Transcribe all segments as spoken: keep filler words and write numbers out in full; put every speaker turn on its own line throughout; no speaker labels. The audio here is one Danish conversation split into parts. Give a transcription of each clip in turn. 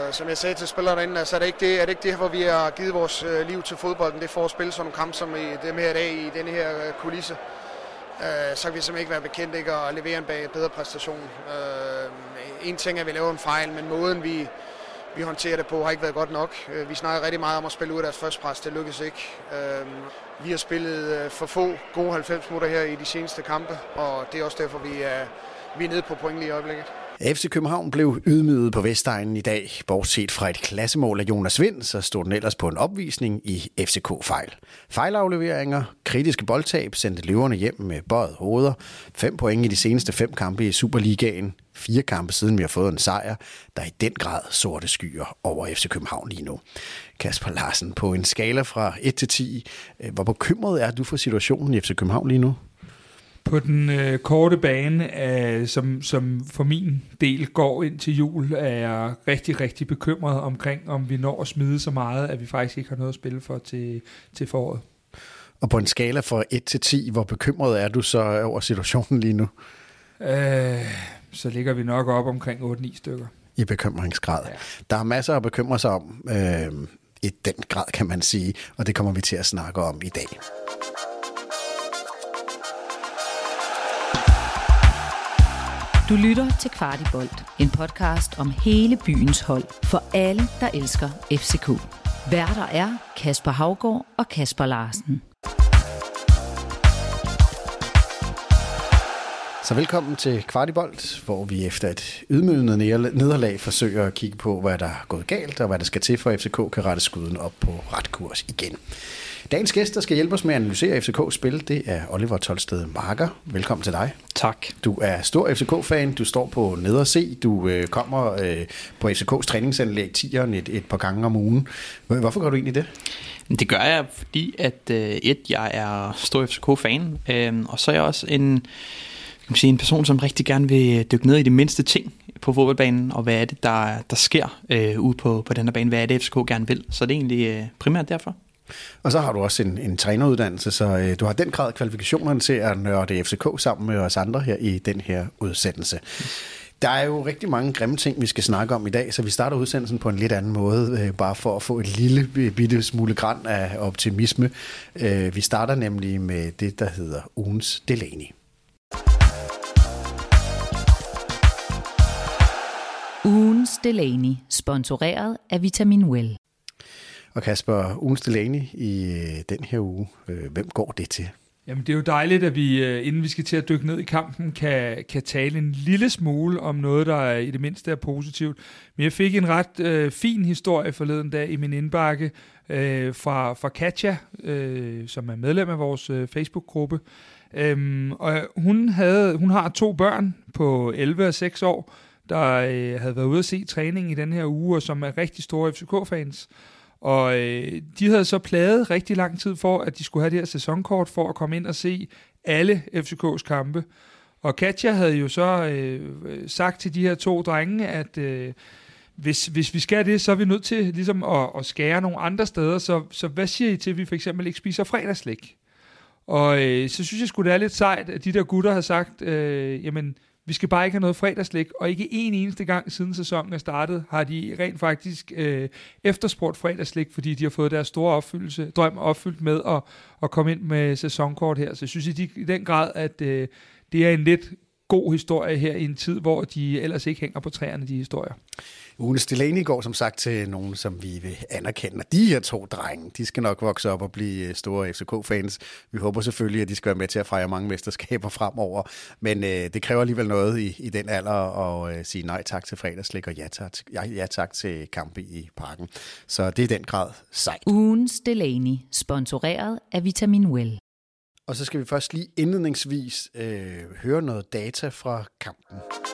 som jeg sagde til spillerne inden, altså er det ikke det, er det ikke det, hvor vi har givet vores øh, liv til fodbolden. Det er for at spille sådan nogle kampe som i dem her dag i denne her øh, kulisse. Øh, så kan vi simpelthen ikke være bekendt ikke at levere en bedre præstation. Øh, en ting er, at vi laver en fejl, men måden vi, vi håndterer det på har ikke været godt nok. Øh, vi snakker rigtig meget om at spille ud af deres første pres, det lykkes ikke. Øh, vi har spillet øh, for få gode halvfems minutter her i de seneste kampe, og det er også derfor, vi er, vi er nede på point i øjeblikket.
F C København blev ydmyget på Vestegnen i dag. Bortset fra et klassemål af Jonas Vind, så stod den ellers på en opvisning i F C K-fejl. Fejlafleveringer, kritiske boldtab sendte løverne hjem med bøjet hoveder. Fem point i de seneste fem kampe i Superligaen. Fire kampe siden vi har fået en sejr, der i den grad sorte skyer over F C København lige nu. Kasper Larsen, på en skala fra et til ti, hvor bekymret er du for situationen i F C København lige nu?
På den øh, korte bane, øh, som, som for min del går ind til jul, er jeg rigtig, rigtig bekymret omkring, om vi når at smide så meget, at vi faktisk ikke har noget at spille for til, til foråret.
Og på en skala fra et til ti, hvor bekymret er du så over situationen lige nu?
Øh, så ligger vi nok op omkring otte ni stykker.
I bekymringsgrad.
Ja.
Der er masser at bekymre sig om, øh, i den grad kan man sige, og det kommer vi til at snakke om i dag.
Du lytter til Kvartibolt, en podcast om hele byens hold for alle, der elsker F C K. Værter er Kasper Haugaard og Kasper Larsen.
Så velkommen til Kvartibolt, hvor vi efter et ydmygende nederlag forsøger at kigge på, hvad der er gået galt, og hvad der skal til, for F C K kan rette skuden op på ret kurs igen. Dagens gæst, der skal hjælpe os med at analysere F C K's spil, det er Oliver Tolsted Marker. Velkommen til dig.
Tak.
Du er stor F C K-fan, du står på neder C, du øh, kommer øh, på F C K's træningsanlæg tieren et, et par gange om ugen. Hvorfor gør du egentlig det?
Det gør jeg, fordi at øh, et, jeg er stor F C K-fan, øh, og så er jeg også en, kan man sige, en person, som rigtig gerne vil dykke ned i de mindste ting på fodboldbanen, og hvad er det, der, der sker øh, ude på, på den her bane, hvad er det, F C K gerne vil. Så det er egentlig øh, primært derfor.
Og så har du også en, en træneruddannelse, så øh, du har den grad kvalifikationerne til at nørde F C K sammen med os andre her i den her udsendelse. Der er jo rigtig mange grimme ting, vi skal snakke om i dag, så vi starter udsendelsen på en lidt anden måde, øh, bare for at få et lille bitte smule græn af optimisme. Øh, vi starter nemlig med det, der hedder ugens Delaney.
Ugens Delaney, sponsoreret af Vitamin Well.
Og Kasper, ugens Delaney i den her uge, hvem går det til?
Jamen det er jo dejligt, at vi, inden vi skal til at dykke ned i kampen, kan, kan tale en lille smule om noget, der i det mindste er positivt. Men jeg fik en ret øh, fin historie forleden dag i min indbakke øh, fra, fra Katja, øh, som er medlem af vores øh, Facebook-gruppe. Øhm, og hun, havde, hun har to børn på elleve og seks år, der øh, havde været ude at se træning i den her uge, og som er rigtig store F C K-fans. Og øh, de havde så plaget rigtig lang tid for, at de skulle have det her sæsonkort for at komme ind og se alle F C K's kampe. Og Katja havde jo så øh, sagt til de her to drenge, at øh, hvis, hvis vi skal det, så er vi nødt til ligesom at, at skære nogle andre steder. Så, så hvad siger I til, at vi for eksempel ikke spiser fredagslik? Og øh, så synes jeg sgu, det er lidt sejt, at de der gutter har sagt, øh, jamen, vi skal bare ikke have noget fredagslik, og ikke en eneste gang siden sæsonen er startet, har de rent faktisk øh, efterspurgt fredagslik, fordi de har fået deres store opfyldelse, drøm opfyldt med at, at komme ind med sæsonkort her. Så jeg synes i, i den grad, at øh, det er en lidt god historie her i en tid, hvor de ellers ikke hænger på træerne, de historier.
Ugens Delaney går som sagt til nogen, som vi vil anerkende. De her to drenge, de skal nok vokse op og blive store F C K-fans. Vi håber selvfølgelig, at de skal være med til at fejre mange mesterskaber fremover. Men øh, det kræver alligevel noget i, i den alder at øh, sige nej tak til fredagslik og ja tak, ja, ja tak til kampe i parken. Så det er i den grad sejt.
Ugens Delaney, sponsoreret af Vitamin Well.
Og så skal vi først lige indledningsvis øh, høre noget data fra kampen.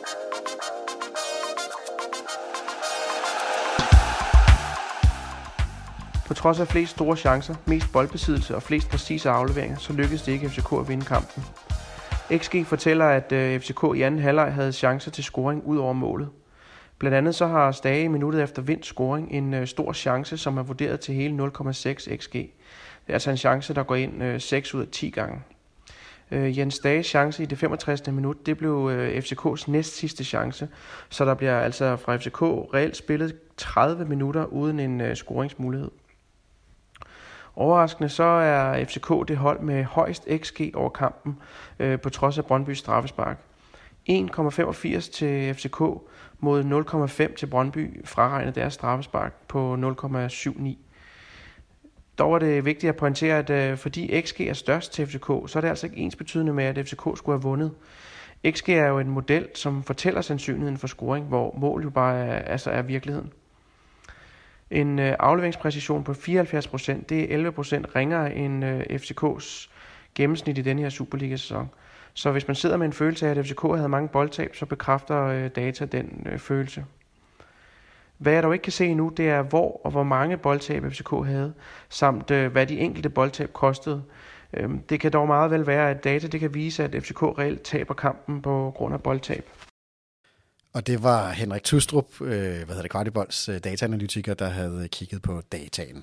På trods af flest store chancer, mest boldbesiddelse og flest præcise afleveringer, så lykkedes det ikke F C K at vinde kampen. X G fortæller, at F C K i anden halvleg havde chancer til scoring ud over målet. Blandt andet så har Stage i minuttet efter Vinds scoring en stor chance, som er vurderet til hele nul komma seks X G. Det er altså en chance, der går ind seks ud af ti gange. Øh, Jens Dages chance i det femogtressende minut, det blev øh, F C K's næst sidste chance, så der bliver altså fra F C K reelt spillet tredive minutter uden en øh, scoringsmulighed. Overraskende så er F C K det hold med højst X G over kampen, øh, på trods af Brøndbys straffespark. en komma femogfirs til F C K mod nul komma fem til Brøndby, fraregnet deres straffespark på nul komma syvogtyve. Dog er det vigtigt at pointere, at øh, fordi X G er størst til F C K, så er det altså ikke ensbetydende med, at F C K skulle have vundet. X G er jo en model, som fortæller sandsynligheden for scoring, hvor mål jo bare er, altså er virkeligheden. En øh, afleveringspræcision på fireoghalvfjerds procent, det er elleve procent ringere end øh, F C K's gennemsnit i denne her Superliga-sæson. Så hvis man sidder med en følelse af, at F C K havde mange boldtab, så bekræfter øh, data den øh, følelse. Hvad jeg dog ikke kan se endnu, det er hvor og hvor mange boldtab F C K havde, samt øh, hvad de enkelte boldtab kostede. Øhm, det kan dog meget vel være, at data det kan vise, at F C K reelt taber kampen på grund af boldtab.
Og det var Henrik Tustrup, øh, hvad hedder det, Kvartibolds øh, dataanalytiker, der havde kigget på dataen.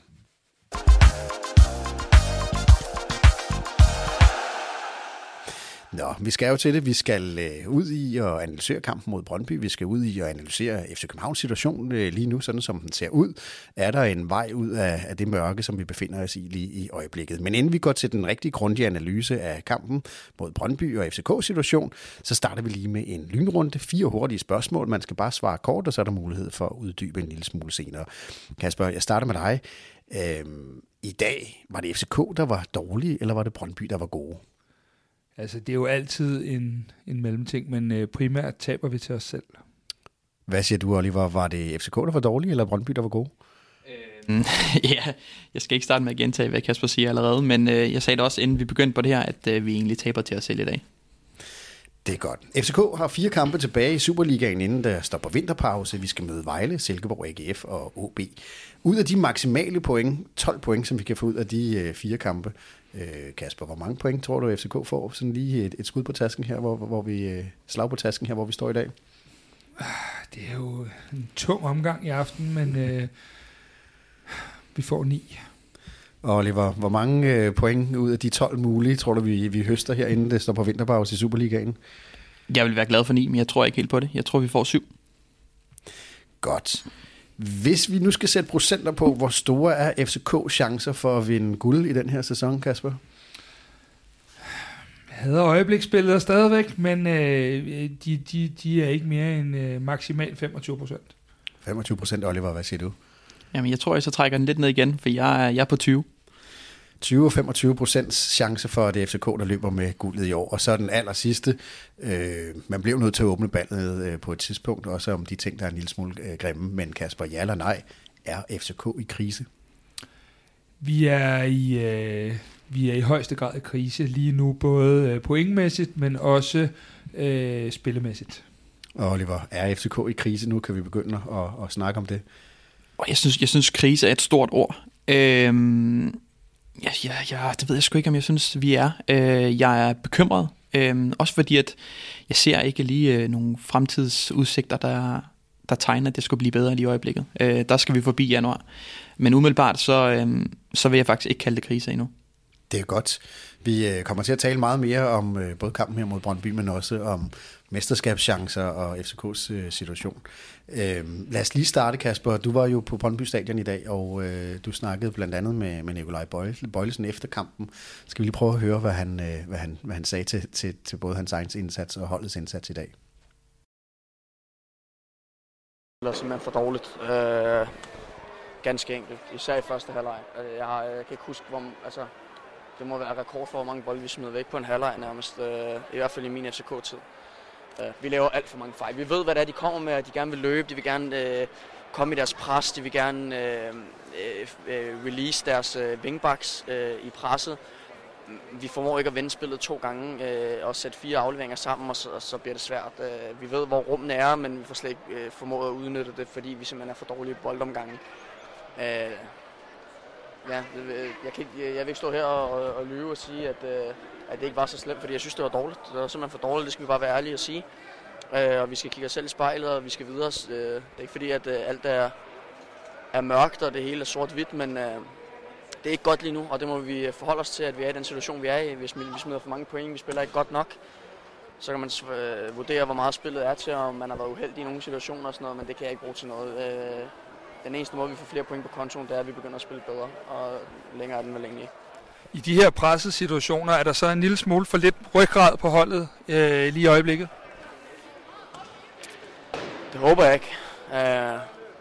Nå, vi skal jo til det. Vi skal øh, ud i at analysere kampen mod Brøndby. Vi skal ud i at analysere F C Københavns situation øh, lige nu, sådan som den ser ud. Er der en vej ud af, af det mørke, som vi befinder os i lige i øjeblikket? Men inden vi går til den rigtig grundige analyse af kampen mod Brøndby og F C K's situation, så starter vi lige med en lynrunde. Fire hurtige spørgsmål. Man skal bare svare kort, og så er der mulighed for at uddybe en lille smule senere. Kasper, jeg starter med dig. Øhm, I dag, var det F C K, der var dårlige, eller var det Brøndby, der var gode?
Altså, det er jo altid en, en mellemting, men øh, primært taber vi til os selv.
Hvad siger du, Oliver? Var det F C K, der var dårlige, eller Brøndby, der var gode?
Øh, ja, jeg skal ikke starte med at gentage, hvad Kasper siger allerede, men øh, jeg sagde det også, inden vi begyndte på det her, at øh, vi egentlig taber til os selv i dag.
Det er godt. F C K har fire kampe tilbage i Superligaen, inden der står på vinterpause. Vi skal møde Vejle, Silkeborg, A G F og O B. Ud af de maksimale point, tolv point, som vi kan få ud af de øh, fire kampe. Øh, Kasper, hvor mange point tror du, F C K får? Sådan lige et, et skud på tasken her, hvor, hvor vi øh, slag på tasken her, hvor vi står i dag.
Det er jo en tung omgang i aften, men øh, vi får ni.
Og Oliver, hvor mange øh, point ud af de tolv mulige, tror du, vi, vi høster her, inden det står på vinterpause i Superligaen?
Jeg vil være glad for ni, men jeg tror ikke helt på det. Jeg tror, vi får syv.
Godt. Hvis vi nu skal sætte procenter på, hvor store er F C K's chancer for at vinde guld i den her sæson, Kasper?
Jeg havde øjebliksbilleder stadigvæk, men øh, de, de, de er ikke mere end øh, maksimalt femogtyve procent.
femogtyve procent, Oliver, hvad siger du?
Jamen, jeg tror, jeg så trækker den lidt ned igen, for jeg er, jeg er på tyve.
tyve og femogtyve procents chance for, at det er F C K, der løber med guldet i år. Og så den aller sidste. Øh, man blev nødt til at åbne ballet øh, på et tidspunkt, også om de ting, der er en lille smule øh, grimme. Men Kasper, ja eller nej, er F C K i krise?
Vi er i, øh, vi er i højeste grad i krise lige nu, både øh, pointmæssigt, men også øh, spillemæssigt.
Og Oliver, er F C K i krise nu? Kan vi begynde at, at snakke om det?
Jeg synes, jeg synes, krise er et stort ord. Øhm, ja, ja, ja, det ved jeg sgu ikke, om jeg synes, vi er. Øh, jeg er bekymret. Øh, også fordi, at jeg ser ikke lige øh, nogle fremtidsudsigter, der, der tegner, at det skulle blive bedre lige i øjeblikket. Øh, der skal vi forbi januar. Men umiddelbart, så, øh, så vil jeg faktisk ikke kalde det krise endnu.
Det er godt. Vi kommer til at tale meget mere om både kampen her mod Brøndby, men også om mesterskabschancer og F C K's situation. Lad os lige starte, Kasper. Du var jo på Brøndby Stadion i dag, og du snakkede blandt andet med, med Nikolaj Bøjlesen efter kampen. Skal vi lige prøve at høre, hvad han, hvad han, hvad han sagde til, til, til både hans egen indsats og holdets indsats i dag?
Det er simpelthen for dårligt. Øh, ganske enkelt. Især i første halvleg. Jeg, har, jeg kan ikke huske, hvor... Altså det må være rekord for, hvor mange bolde vi smider væk på en halvleg nærmest, øh, i hvert fald i min F C K-tid. Øh, vi laver alt for mange fejl. Vi ved, hvad det er, de kommer med, at de gerne vil løbe, de vil gerne øh, komme i deres pres, de vil gerne øh, øh, release deres øh, wingbacks øh, i presset. Vi formår ikke at vende spillet to gange øh, og sætte fire afleveringer sammen, og så, og så bliver det svært. Øh, vi ved, hvor rummene er, men vi får slet ikke øh, formået at udnytte det, fordi vi simpelthen er for dårlige i boldomgangen. Øh, Ja, jeg, kan ikke, jeg vil ikke stå her og, og lyve og sige, at, at det ikke var så slemt, fordi jeg synes, det var dårligt. Det var simpelthen for dårligt, det skal vi bare være ærlige og sige. Og vi skal kigge os selv i spejlet, og vi skal videre. Det er ikke fordi, at alt er, er mørkt, og det hele er sort-hvidt, men det er ikke godt lige nu, og det må vi forholde os til, at vi er i den situation, vi er i. Hvis vi smider for mange point, vi spiller ikke godt nok, så kan man øh, vurdere, hvor meget spillet er til, om man har været uheldig i nogle situationer og sådan noget, men det kan jeg ikke bruge til noget. Øh, den eneste måde, vi får flere point på kontoen, det er, at vi begynder at spille bedre, og længere er den vel egentlig ikke.
I de her pressede situationer, er der så en lille smule for lidt ryggrad på holdet øh, lige i øjeblikket?
Det håber jeg ikke. Uh,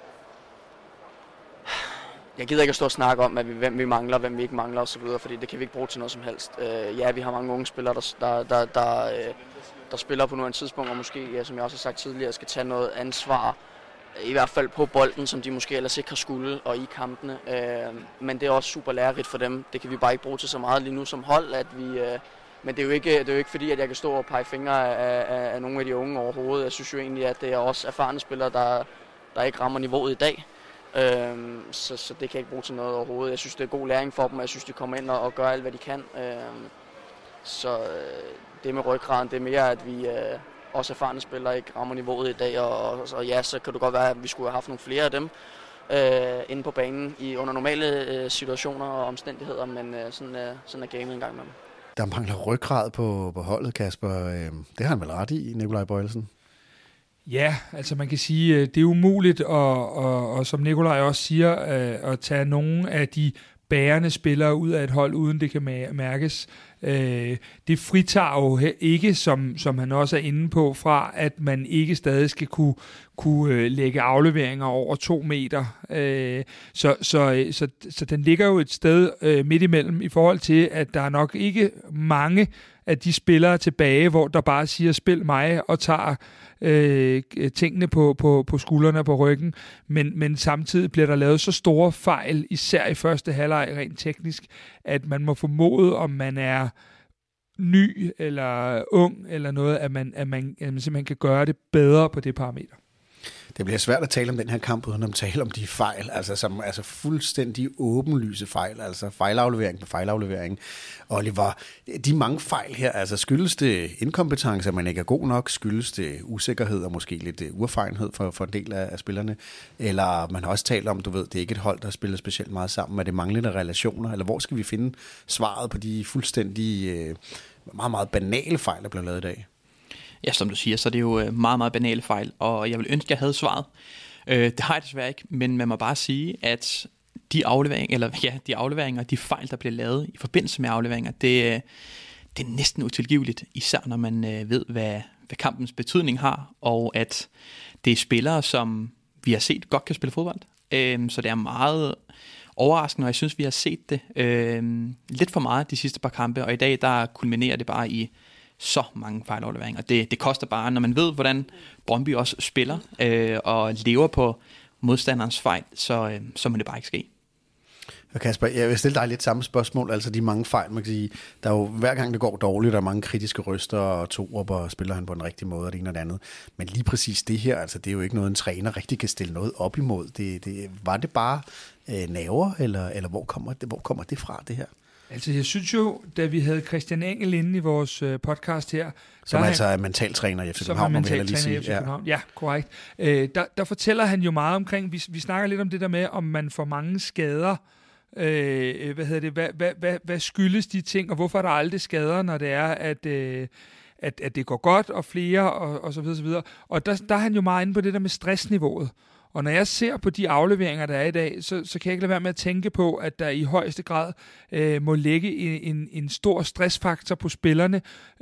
jeg gider ikke at stå og snakke om, at vi, hvem vi mangler, hvem vi ikke mangler osv., fordi det kan vi ikke bruge til noget som helst. Uh, ja, vi har mange unge spillere, der, der, der, der, uh, der spiller på nuværende tidspunkt, og måske, ja, som jeg også har sagt tidligere, skal tage noget ansvar, i hvert fald på bolden, som de måske ellers ikke har skulle, og i kampene. Uh, men det er også super lærerigt for dem. Det kan vi bare ikke bruge til så meget lige nu som hold, at vi... Uh, Men det er, jo ikke, det er jo ikke fordi, at jeg kan stå og pege fingre af, af, af nogle af de unge overhovedet. Jeg synes jo egentlig, at det er også erfarne spillere, der, der ikke rammer niveauet i dag. Øhm, så, så det kan jeg ikke bruge til noget overhovedet. Jeg synes, det er god læring for dem, og jeg synes, de kommer ind og, og gør alt, hvad de kan. Øhm, så det med ryggraden, det er mere, at vi øh, også erfarne spillere ikke rammer niveauet i dag. Og, og, og ja, så kan det godt være, at vi skulle have haft nogle flere af dem øh, inde på banen i, under normale øh, situationer og omstændigheder, men øh, sådan, øh, sådan er gamet en gang med dem.
Der mangler ryggrad på, på holdet, Kasper. Det har han vel ret i, Nikolaj Boilesen?
Ja, altså man kan sige, det er umuligt, og, og, og som Nikolaj også siger, at tage nogle af de bærende spillere ud af et hold, uden det kan mærkes. Det fritager jo ikke, som, som han også er inde på, fra at man ikke stadig skal kunne, kunne lægge afleveringer over to meter. Så, så, så, så den ligger jo et sted midt imellem i forhold til, at der er nok ikke mange af de spillere tilbage, hvor der bare siger, spil mig, og tager øh, tingene på, på, på skuldrene og på ryggen, men, men samtidig bliver der lavet så store fejl, især i første halvleg rent teknisk, at man må formode, om man er ny eller ung eller noget, at man, at man, at man simpelthen kan gøre det bedre på det parameter.
Det bliver svært at tale om den her kamp, uden at tale om de fejl, altså, som, altså fuldstændig åbenlyse fejl, altså fejlaflevering på fejlaflevering. Oliver, de mange fejl her, altså skyldes det inkompetence, at man ikke er god nok, skyldes det usikkerhed og måske lidt uerfarenhed for, for en del af, af spillerne, eller man har også talt om, du ved, det er ikke et hold, der spiller specielt meget sammen, er det manglende relationer, eller hvor skal vi finde svaret på de fuldstændig øh, meget, meget banale fejl, der bliver lavet i dag?
Ja, som du siger, så er det jo meget, meget banale fejl, og jeg vil ønske, at jeg havde svaret. Øh, det har jeg desværre ikke, men man må bare sige, at de afleveringer, eller ja, de afleveringer, de fejl, der bliver lavet i forbindelse med afleveringer, det, det er næsten utilgiveligt, især når man øh, ved, hvad, hvad kampens betydning har, og at det er spillere, som vi har set godt kan spille fodbold. Øh, så det er meget overraskende, og jeg synes, vi har set det øh, lidt for meget de sidste par kampe, og i dag, der kulminerer det bare i så mange fejlafleveringer. Det, det koster bare, når man ved, hvordan Brøndby også spiller øh, og lever på modstanderens fejl, så, øh, så må det bare ikke ske.
Og Kasper, jeg vil stille dig lidt samme spørgsmål, altså de mange fejl, man kan sige, der er jo hver gang det går dårligt, der er mange kritiske røster, og to op og spiller han på den rigtige måde, og det ene og det andet. Men lige præcis det her, altså det er jo ikke noget, en træner rigtig kan stille noget op imod. Det, det, var det bare øh, nerver, eller, eller hvor, kommer det, hvor kommer det fra, det her?
Altså, jeg synes jo, da vi havde Christian Engel inde i vores øh, podcast her...
Som altså er mentaltræner i F C København, må vi heller lige sige.
Ja. ja, korrekt. Øh, der, der fortæller han jo meget omkring... Vi, vi snakker lidt om det der med, om man får mange skader. Øh, hvad hedder det? Hvad, hvad, hvad, hvad skyldes de ting, og hvorfor er der aldrig skader, når det er, at... Øh, at, at det går godt, og flere, og, og så videre, så videre. Og der, der er han jo meget inde på det der med stressniveauet. Og når jeg ser på de afleveringer, der er i dag, så, så kan jeg ikke lade være med at tænke på, at der i højeste grad øh, må ligge en, en, en stor stressfaktor på spillerne.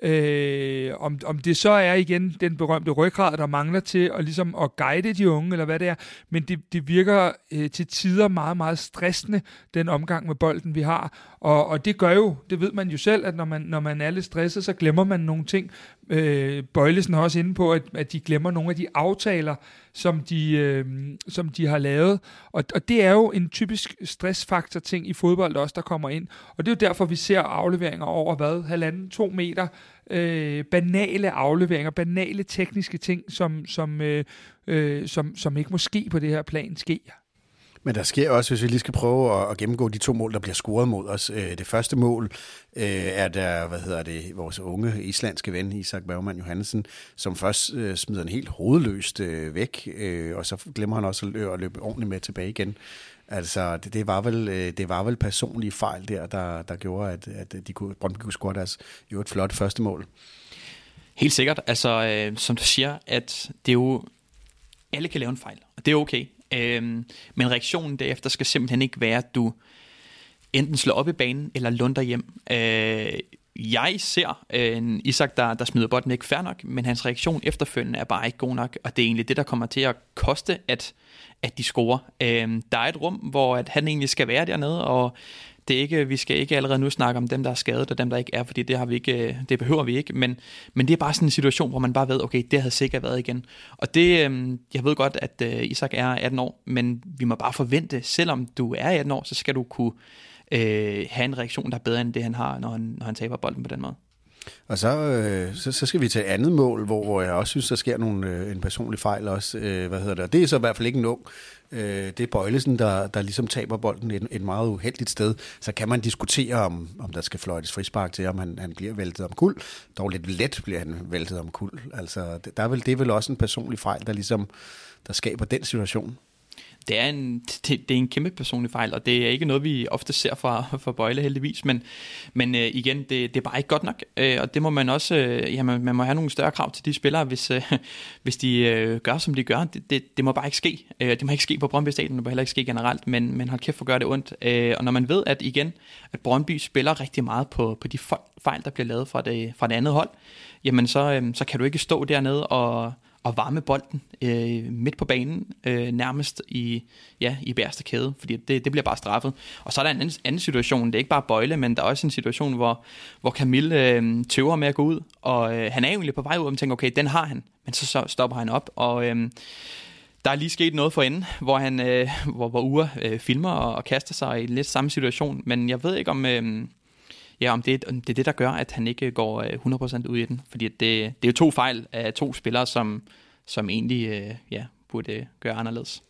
Øh, om, om det så er igen den berømte ryggrad, der mangler til at, ligesom at guide de unge, eller hvad det er. Men det, det virker øh, til tider meget, meget stressende, den omgang med bolden, vi har. Og, og det gør jo, det ved man jo selv, at når man, når man er lidt stresset, så glemmer man nogle ting. Øh, Boilesen er også inde på, at, at de glemmer nogle af de aftaler, som de, øh, som de har lavet. Og, og det er jo en typisk stressfaktor ting i fodbold også, der kommer ind. Og det er jo derfor, vi ser afleveringer over, hvad, halvanden, to meter, øh, banale afleveringer, banale tekniske ting, som, som, øh, øh, som, som ikke må ske på det her plan sker.
Men der sker også, hvis vi lige skal prøve at, at gennemgå de to mål, der bliver scoret mod os. Det første mål øh, er der, hvad hedder det, vores unge islandske ven, Isak Bergman Johansen, som først øh, smider en helt hovedløst øh, væk, øh, og så glemmer han også at løbe, at løbe ordentligt med tilbage igen. Altså, det, det, var vel, det var vel personlige fejl der, der, der gjorde, at, at de kunne, Brøndby kunne score deres jo et flot første mål. Helt sikkert. Altså, øh, som du siger, at det er jo, alle kan lave en fejl, og det er okay. Øh, men reaktionen derefter skal simpelthen ikke være, at du enten slår op i banen, eller lunder hjem. Øh, jeg ser øh, en Isak, der, der smider bolden ikke fair nok, men hans reaktion efterfølgende er bare ikke god nok, og det er egentlig det, der kommer til at koste, at at de scorer. Øh, der er et rum, hvor at han egentlig skal være dernede, og det er ikke, vi skal ikke allerede nu snakke om dem, der er skadet, og dem, der ikke er, fordi det, har vi ikke, det behøver vi ikke, men, men det er bare sådan en situation, hvor man bare ved, okay, det havde sikkert været igen. Og det, øh, jeg ved godt, at øh, Isak er atten år, men vi må bare forvente, selvom du er atten år, så skal du kunne øh, have en reaktion, der er bedre end det, han har, når han, når han taber bolden på den måde. Og så, øh, så, så skal vi til et andet mål, hvor jeg også synes, der sker nogle, øh, en personlig fejl også. Øh, hvad hedder det? Og det er så i hvert fald ikke en ung. Øh, det er Bøjlesen, der, der ligesom taber bolden et, et meget uheldigt sted. Så kan man diskutere, om, om der skal fløjtes frispark til, om han, han bliver væltet om kuld. Dog lidt let bliver han væltet om kuld. Altså, der er vel, det er vel også en personlig fejl, der ligesom der skaber den situation. Det er, en, det, det er en kæmpe personlig fejl, og det er ikke noget, vi ofte ser fra, fra Bøjle heldigvis, men, men øh, igen, det, det er bare ikke godt nok, øh, og det må man også, øh, ja, man, man må have nogle større krav til de spillere, hvis, øh, hvis de øh, gør, som de gør. Det, det, det må bare ikke ske. Øh, det må ikke ske på Brøndby Stadion, det må heller ikke ske generelt, men, men hold kæft for at gøre det ondt. Øh, og når man ved, at igen, at Brøndby spiller rigtig meget på, på de fejl, der bliver lavet fra det, fra det andet hold, jamen så, øh, så kan du ikke stå dernede og og varme bolden øh, midt på banen, øh, nærmest i, ja, i bagerste kæde, fordi det, det bliver bare straffet. Og så er der en anden, anden situation, det er ikke bare Bøjle, men der er også en situation, hvor, hvor Camille øh, tøver med at gå ud, og øh, han er jo egentlig på vej ud, og man tænker, okay, den har han, men så, så stopper han op, og øh, der er lige sket noget for enden, hvor han, øh, hvor, hvor Ure øh, filmer og, og kaster sig i lidt samme situation, men jeg ved ikke om... Øh, Ja, om det, det er det, der gør, at han ikke går hundrede procent ud i den. Fordi det, det er jo to fejl af to spillere, som, som egentlig ja, burde gøre anderledes.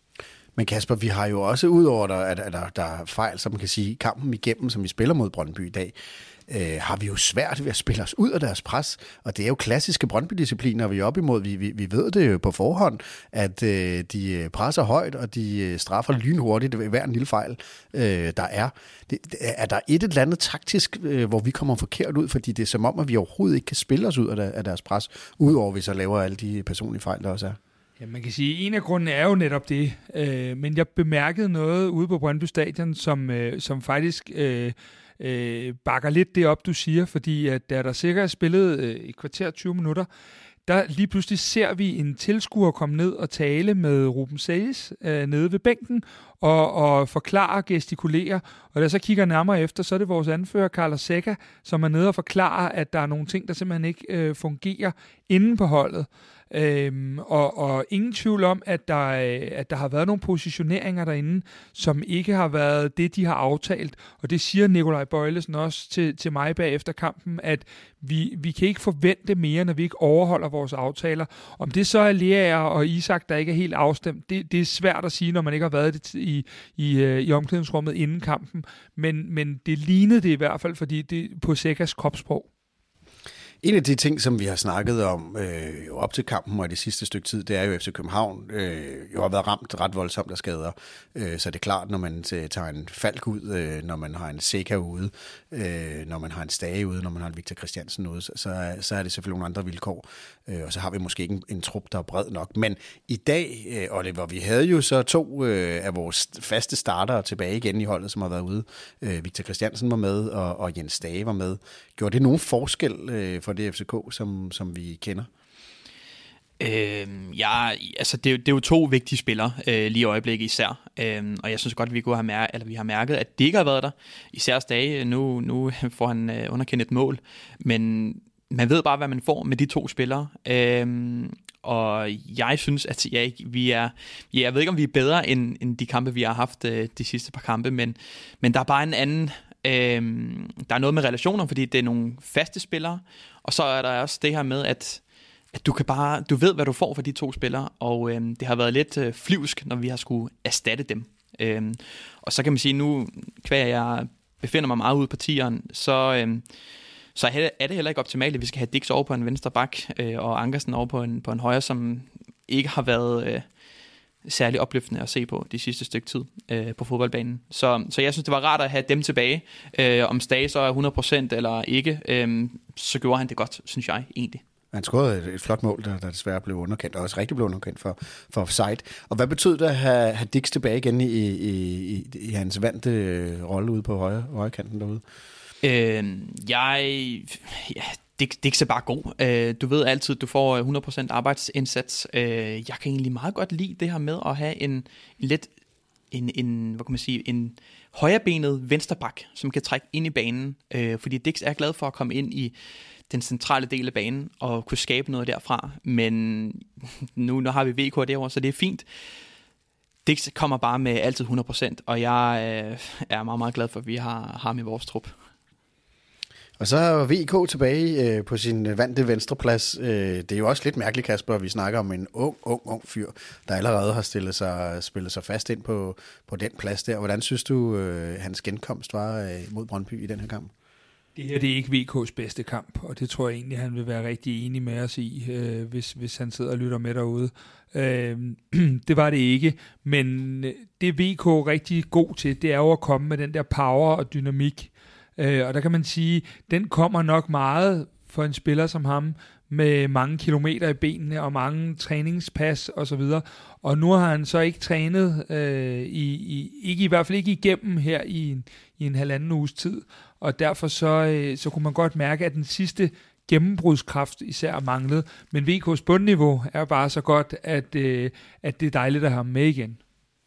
Men Kasper, vi har jo også udover, at, at der, der er fejl, som man kan sige, kampen igennem, som vi spiller mod Brøndby i dag, øh, har vi jo svært ved at spille os ud af deres pres. Og det er jo klassiske Brøndby-discipliner, vi er op imod. Vi, vi, vi ved det jo på forhånd, at øh, de presser højt, og de straffer lynhurtigt ved hver en lille fejl, øh, der er. Det, er der et eller andet taktisk, øh, hvor vi kommer forkert ud? Fordi det er som om, at vi overhovedet ikke kan spille os ud af, der, af deres pres, udover at vi så laver alle de personlige fejl, der også er.
Ja, man kan sige, at en af grundene er jo netop det. Øh, men jeg bemærkede noget ude på Brøndby Stadion, som, øh, som faktisk øh, øh, bakker lidt det op, du siger. Fordi at da der sikkert er spillet øh, et kvarter tyve minutter, der lige pludselig ser vi en tilskuer komme ned og tale med Ruben Sayes øh, nede ved bænken og, og forklare og gestikulere. Og da jeg så kigger nærmere efter, så er det vores anfører, Carlos Seca, som er nede og forklarer, at der er nogle ting, der simpelthen ikke øh, fungerer inde på holdet. Øhm, og, og ingen tvivl om, at der, at der har været nogle positioneringer derinde, som ikke har været det, de har aftalt. Og det siger Nikolaj Bøjlesen også til, til mig bagefter kampen, at vi, vi kan ikke forvente mere, når vi ikke overholder vores aftaler. Om det så er Lea og Isak, der ikke er helt afstemt, det, det er svært at sige, når man ikke har været det i, i, i omklædningsrummet inden kampen. Men, men det lignede det i hvert fald, fordi det på Secas kropssprog.
En af de ting, som vi har snakket om øh, jo op til kampen og i det sidste stykke tid, det er jo F C København øh, jo har været ramt ret voldsomt af skader. Øh, så det er klart, når man tager en Falk ud, øh, når man har en Seca ude, øh, når man har en Stage ude, når man har en Victor Christiansen ude, så, så er det selvfølgelig nogle andre vilkår. Øh, og så har vi måske ikke en, en trup, der er bred nok. Men i dag, øh, Oliver, vi havde jo så to øh, af vores faste startere tilbage igen i holdet, som har været ude. Øh, Victor Christiansen var med, og, og Jens Stage var med. Gjorde det nogen forskel øh, for det F C K, som, som vi kender?
Øh, ja, altså det, det er jo to vigtige spillere øh, lige i øjeblikket især, øh, og jeg synes godt, at vi, kunne have mær- eller vi har mærket, at de ikke har været der. Især Stage, nu, nu får han øh, underkendt et mål, men man ved bare, hvad man får med de to spillere. Øh, og jeg synes, at ja, vi er, ja, jeg ved ikke, om vi er bedre end, end de kampe, vi har haft øh, de sidste par kampe, men, men der er bare en anden... Øhm, der er noget med relationer, fordi det er nogle faste spillere, og så er der også det her med, at, at du kan bare, du ved, hvad du får for de to spillere, og øhm, det har været lidt øh, flyvsk, når vi har skulle erstatte dem. Øhm, og så kan man sige, nu hver jeg befinder mig meget ude på tieren, så, øhm, så er det heller ikke optimalt, at vi skal have Dix over på en venstre bak, øh, og Ankersen over på en, på en højre, som ikke har været øh, særlig opløftende at se på de sidste stykke tid øh, på fodboldbanen. Så, så jeg synes, det var rart at have dem tilbage. Øh, om Stage så er hundrede procent eller ikke, øh, så gjorde han det godt, synes jeg egentlig.
Han scorede et, et flot mål, der, der desværre blev underkendt, og også rigtig blev underkendt for, for offside. Og hvad betød det at have, have Dix tilbage igen i, i, i, i hans vante øh, rolle ude på højre, højre kanten derude?
Øh, jeg... Ja, Dix, Dix er bare god. Øh, du ved altid, du får hundrede procent arbejdsindsats. Øh, jeg kan egentlig meget godt lide det her med at have en, en lidt... En, en, hvad kan man sige, en højrebenet vensterbak, som kan trække ind i banen. Øh, fordi Dix er glad for at komme ind i den centrale del af banen og kunne skabe noget derfra. Men nu, nu har vi V K derovre, så det er fint. Dix kommer bare med altid hundrede procent, og jeg øh, er meget, meget glad for, at vi har ham i vores trup.
Og så er V K tilbage øh, på sin vante venstreplads. Øh, det er jo også lidt mærkeligt, Kasper, at vi snakker om en ung, ung, ung fyr, der allerede har stillet sig, spillet sig fast ind på, på den plads der. Hvordan synes du, øh, hans genkomst var øh, mod Brøndby i den her kamp?
Det her det er ikke V K's bedste kamp, og det tror jeg egentlig, han vil være rigtig enig med os i, øh, hvis, hvis han sidder og lytter med derude. Øh, det var det ikke, men det V K er rigtig god til, det er jo at komme med den der power og dynamik. Øh, og der kan man sige, den kommer nok meget for en spiller som ham, med mange kilometer i benene og mange træningspas og så videre. Og nu har han så ikke trænet, øh, i, i, ikke i hvert fald ikke igennem her i en, i en halvanden uges tid. Og derfor så, øh, så kunne man godt mærke, at den sidste gennembrudskraft især manglede. Men V K's bundniveau er bare så godt, at, øh, at det er dejligt at have ham med igen.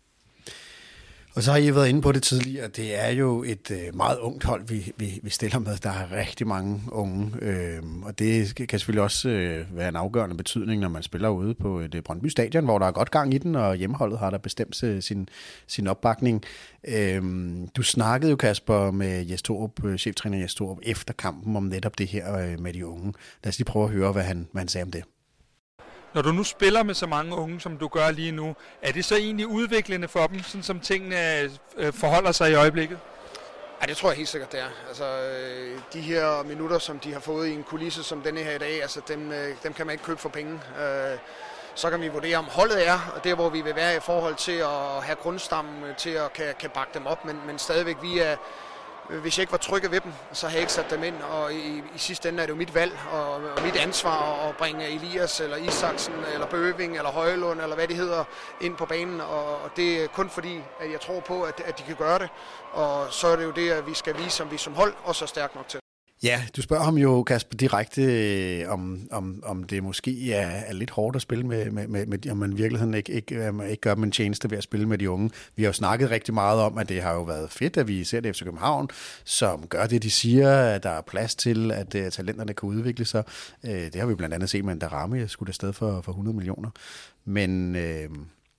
Og så har I været inde på det tidligere. Det er jo et øh, meget ungt hold, vi, vi, vi stiller med. Der er rigtig mange unge, øh, og det kan selvfølgelig også øh, være en afgørende betydning, når man spiller ude på et Brøndby Stadion, hvor der er godt gang i den, og hjemmeholdet har der bestemt øh, sin, sin opbakning. Øh, du snakkede jo, Kasper, med Jes Torup, cheftræner Jes Torup, efter kampen om netop det her øh, med de unge. Lad os lige prøve at høre, hvad han, hvad han sagde om det.
Når du nu spiller med så mange unge, som du gør lige nu, er det så egentlig udviklende for dem, sådan som tingene øh, forholder sig i øjeblikket?
Ja, det tror jeg helt sikkert, det er. Altså, øh, de her minutter, som de har fået i en kulisse som denne her i dag, altså, dem, øh, dem kan man ikke købe for penge. Øh, så kan vi vurdere, om holdet er, og der, hvor vi vil være i forhold til at have grundstammen til at kan, kan bakke dem op, men, men stadigvæk, vi er... Hvis jeg ikke var trygge ved dem, så havde jeg ikke sat dem ind, og i, i sidste ende er det jo mit valg og, og mit ansvar at bringe Elias eller Isaksen eller Bøving eller Højlund eller hvad de hedder ind på banen, og, og det er kun fordi, at jeg tror på, at, at de kan gøre det, og så er det jo det, at vi skal vise, om vi som hold også er stærke nok til.
Ja, du spørger ham jo, Kasper, direkte, øh, om, om, om det måske er, er lidt hårdt at spille med, med, med, med om man i virkeligheden ikke, ikke, ikke gør dem en tjeneste ved at spille med de unge. Vi har jo snakket rigtig meget om, at det har jo været fedt, at vi ser det F C København, som gør det, de siger, at der er plads til, at uh, talenterne kan udvikle sig. Uh, det har vi blandt andet set med en Darami, skudt afsted for, for hundrede millioner. Men... Uh,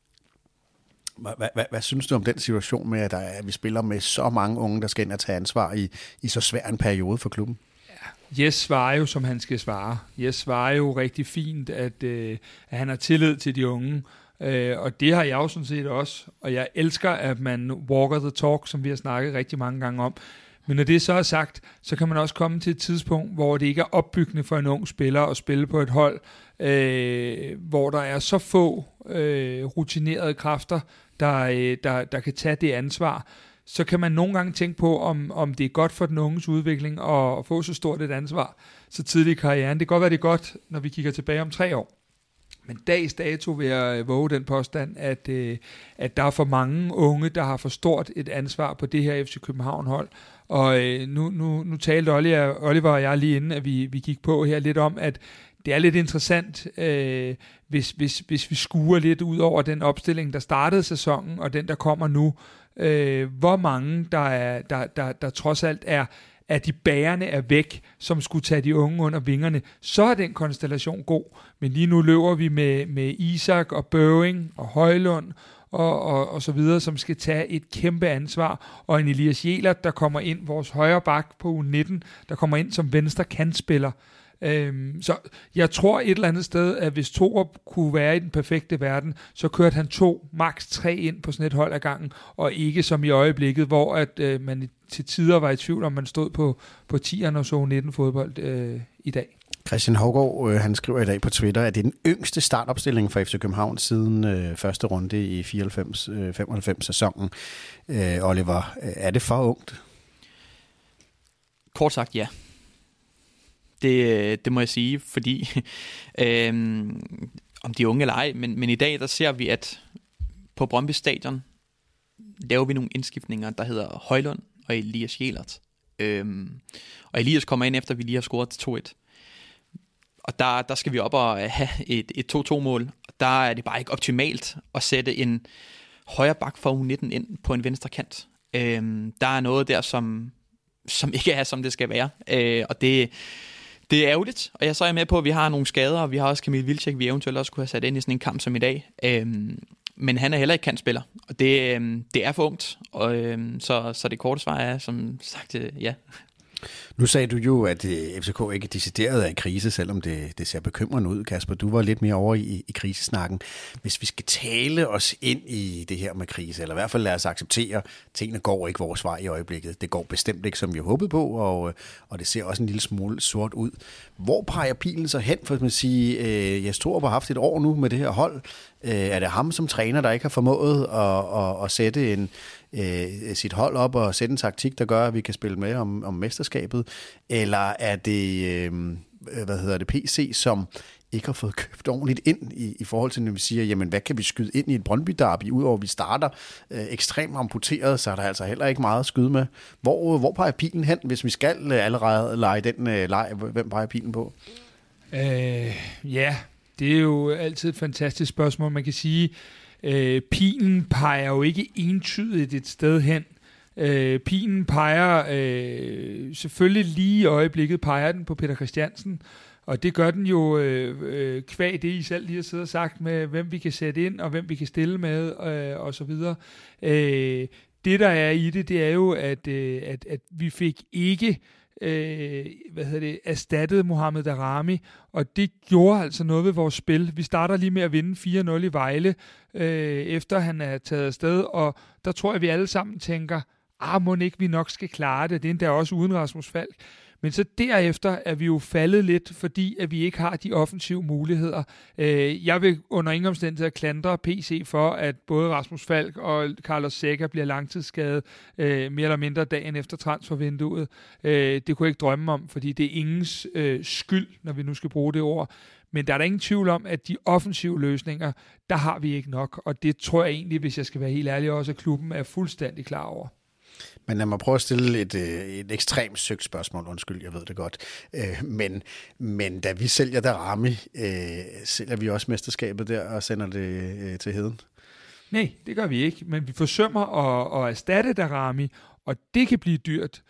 Hvad, hvad, hvad synes du om den situation med, at, der, at vi spiller med så mange unge, der skal ind og tage ansvar i, i så svær en periode for klubben?
Ja, Jes svarer jo, som han skal svare. Jes svarer jo rigtig fint, at, øh, at han har tillid til de unge, øh, og det har jeg jo sådan set også. Og jeg elsker, at man walker the talk, som vi har snakket rigtig mange gange om. Men når det så er sagt, så kan man også komme til et tidspunkt, hvor det ikke er opbyggende for en ung spiller at spille på et hold, øh, hvor der er så få øh, rutinerede kræfter, der, der, der kan tage det ansvar. Så kan man nogle gange tænke på, om, om det er godt for den unges udvikling at, at få så stort et ansvar så tidligt i karrieren. Det kan godt være, det er godt, når vi kigger tilbage om tre år. Men dags dato vil jeg våge den påstand, at, øh, at der er for mange unge, der har for stort et ansvar på det her F C København-hold. Og øh, nu, nu, nu talte Oliver, Oliver og jeg lige inden, at vi, vi gik på her lidt om, at det er lidt interessant, øh, hvis, hvis, hvis vi skuer lidt ud over den opstilling, der startede sæsonen, og den, der kommer nu. Øh, hvor mange, der, er, der, der, der trods alt er, at de bærende er væk, som skulle tage de unge under vingerne, så er den konstellation god. Men lige nu løber vi med, med Isak og Bøving og Højlund og, og, og så videre, som skal tage et kæmpe ansvar. Og en Elias Jelert, der kommer ind, vores højre bak på U nitten, der kommer ind som venstre kantspiller. Øhm, så jeg tror et eller andet sted, at hvis Torup kunne være i den perfekte verden, så kørte han to, maks tre ind på sådan et hold ad gangen, og ikke som i øjeblikket, hvor at øh, man til tider var i tvivl, om man stod på, på tierne og så nitten fodbold øh, i dag.
Christian Hougaard, øh, han skriver i dag på Twitter, at det er den yngste startopstilling for F C København siden øh, første runde i fireoghalvfems femoghalvfems sæsonen. Øh, Oliver, er det for ungt?
Kort sagt, ja. Det, det må jeg sige, fordi øh, om de er unge eller ej, men, men i dag der ser vi, at på Brøndby Stadion laver vi nogle indskiftninger, der hedder Højlund og Elias Jelert. Øh, og Elias kommer ind efter, vi lige har scoret til to et. Og der, der skal vi op og have et, et to-to-mål. Der er det bare ikke optimalt at sætte en højre bak for U nitten ind på en venstre kant. Øh, der er noget der, som, som ikke er, som det skal være. Øh, og det Det er ærgerligt, og jeg så er med på, at vi har nogle skader, og vi har også Kamil Vilcek, vi eventuelt også kunne have sat ind i sådan en kamp som i dag. Øhm, men han er heller ikke kantspiller, og det, øhm, det er for ungt, og, øhm, så, så det korte svar er, som sagt, øh, ja.
Nu sagde du jo, at F C K ikke er decideret af en krise, selvom det, det ser bekymrende ud, Kasper. Du var lidt mere over i, i krisesnakken. Hvis vi skal tale os ind i det her med krise, eller i hvert fald lade os acceptere, at tingene går ikke vores vej i øjeblikket. Det går bestemt ikke, som vi håbede på, og, og det ser også en lille smule sort ud. Hvor peger pilen så hen, for at sige, øh, Jes Torup har haft et år nu med det her hold. Øh, er det ham som træner, der ikke har formået at, at, at sætte en Øh, sit hold op og sætte en taktik, der gør, at vi kan spille med om, om mesterskabet? Eller er det, øh, hvad hedder det, P C, som ikke har fået købt ordentligt ind i, i forhold til, når vi siger, jamen hvad kan vi skyde ind i et Brøndby-derby, udover at vi starter øh, ekstremt amputeret, så er der altså heller ikke meget at skyde med. Hvor, hvor peger pilen hen, hvis vi skal øh, allerede lege den øh, leg? Hvem peger pilen på?
Øh, ja, det er jo altid et fantastisk spørgsmål. Man kan sige, Øh, pilen peger jo ikke entydigt et sted hen. Øh, pilen peger øh, selvfølgelig lige i øjeblikket peger den på Peter Christiansen, og det gør den jo øh, øh, kvad det I selv lige har siddet og sagt med, hvem vi kan sætte ind og hvem vi kan stille med øh, og så videre. Øh, det der er i det, det er jo at, øh, at, at vi fik ikke Øh, hvad hedder det, erstattede Mohamed Daramy, og det gjorde altså noget ved vores spil. Vi starter lige med at vinde fire nul i Vejle, øh, efter han er taget afsted, og der tror jeg, vi alle sammen tænker, ah, må ikke vi nok skal klare det, det er endda også uden Rasmus Falk. Men så derefter er vi jo faldet lidt, fordi at vi ikke har de offensive muligheder. Øh, jeg vil under ingen omstændigheder klandre P C for, at både Rasmus Falk og Carlos Seca bliver langtidsskadet øh, mere eller mindre dagen efter transfervinduet. Øh, det kunne jeg ikke drømme om, fordi det er ingens øh, skyld, når vi nu skal bruge det ord. Men der er der ingen tvivl om, at de offensive løsninger, der har vi ikke nok. Og det tror jeg egentlig, hvis jeg skal være helt ærlig, også at klubben er fuldstændig klar over.
Men lad mig prøve at stille et, et ekstremt søgt spørgsmål, undskyld, jeg ved det godt. Men, men da vi sælger Daramy, sælger vi også mesterskabet der og sender det til heden?
Nej, det gør vi ikke, men vi forsømmer at, at erstatte Daramy, og det kan blive dyrt.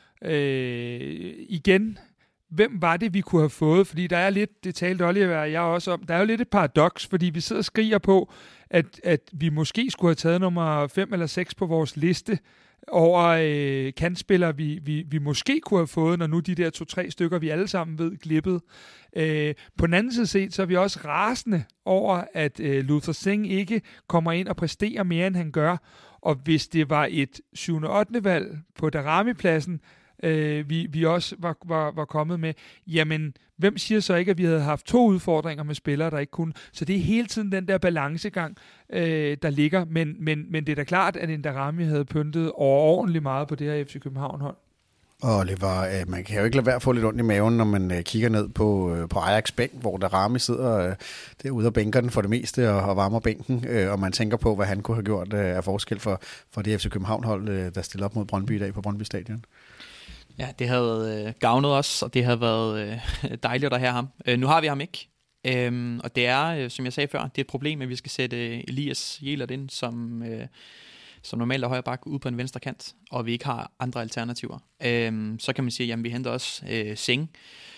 Øh, igen, hvem var det, vi kunne have fået? Fordi der er lidt, det talte Oliver og jeg også om, der er jo lidt et paradoks, fordi vi sidder og skriger på, at, at vi måske skulle have taget nummer fem eller seks på vores liste, over øh, kantspillere, vi, vi, vi måske kunne have fået, når nu de der to-tre stykker, vi alle sammen ved, glippet. Øh, på den anden side set, så er vi også rasende over, at øh, Luther Singh ikke kommer ind og præsterer mere, end han gør. Og hvis det var et syvende og ottende valg på Daramy-pladsen, øh, vi, vi også var, var, var kommet med, jamen, hvem siger så ikke, at vi havde haft to udfordringer med spillere, der ikke kunne? Så det er hele tiden den der balancegang, øh, der ligger. Men, men, men det er da klart, at en Daramy havde pyntet overordentligt meget på det her F C København-hold.
Og Oliver, man kan jo ikke lade være at få lidt ondt i maven, når man kigger ned på, på Ajax bænk, hvor Daramy sidder derude af bænkerne for det meste og, og varmer bænken, og man tænker på, hvad han kunne have gjort af forskel for, for det F C København-hold, der stiller op mod Brøndby i dag på Brøndby Stadion.
Ja, det havde øh, gavnet os, og det havde været øh, dejligt at have ham. Øh, nu har vi ham ikke, øhm, og det er, øh, som jeg sagde før, det er et problem, at vi skal sætte Elias Jelert ind, som, øh, som normalt er højre bak ude på en venstre kant, og vi ikke har andre alternativer. Øhm, så kan man sige, at vi henter også øh, Singh.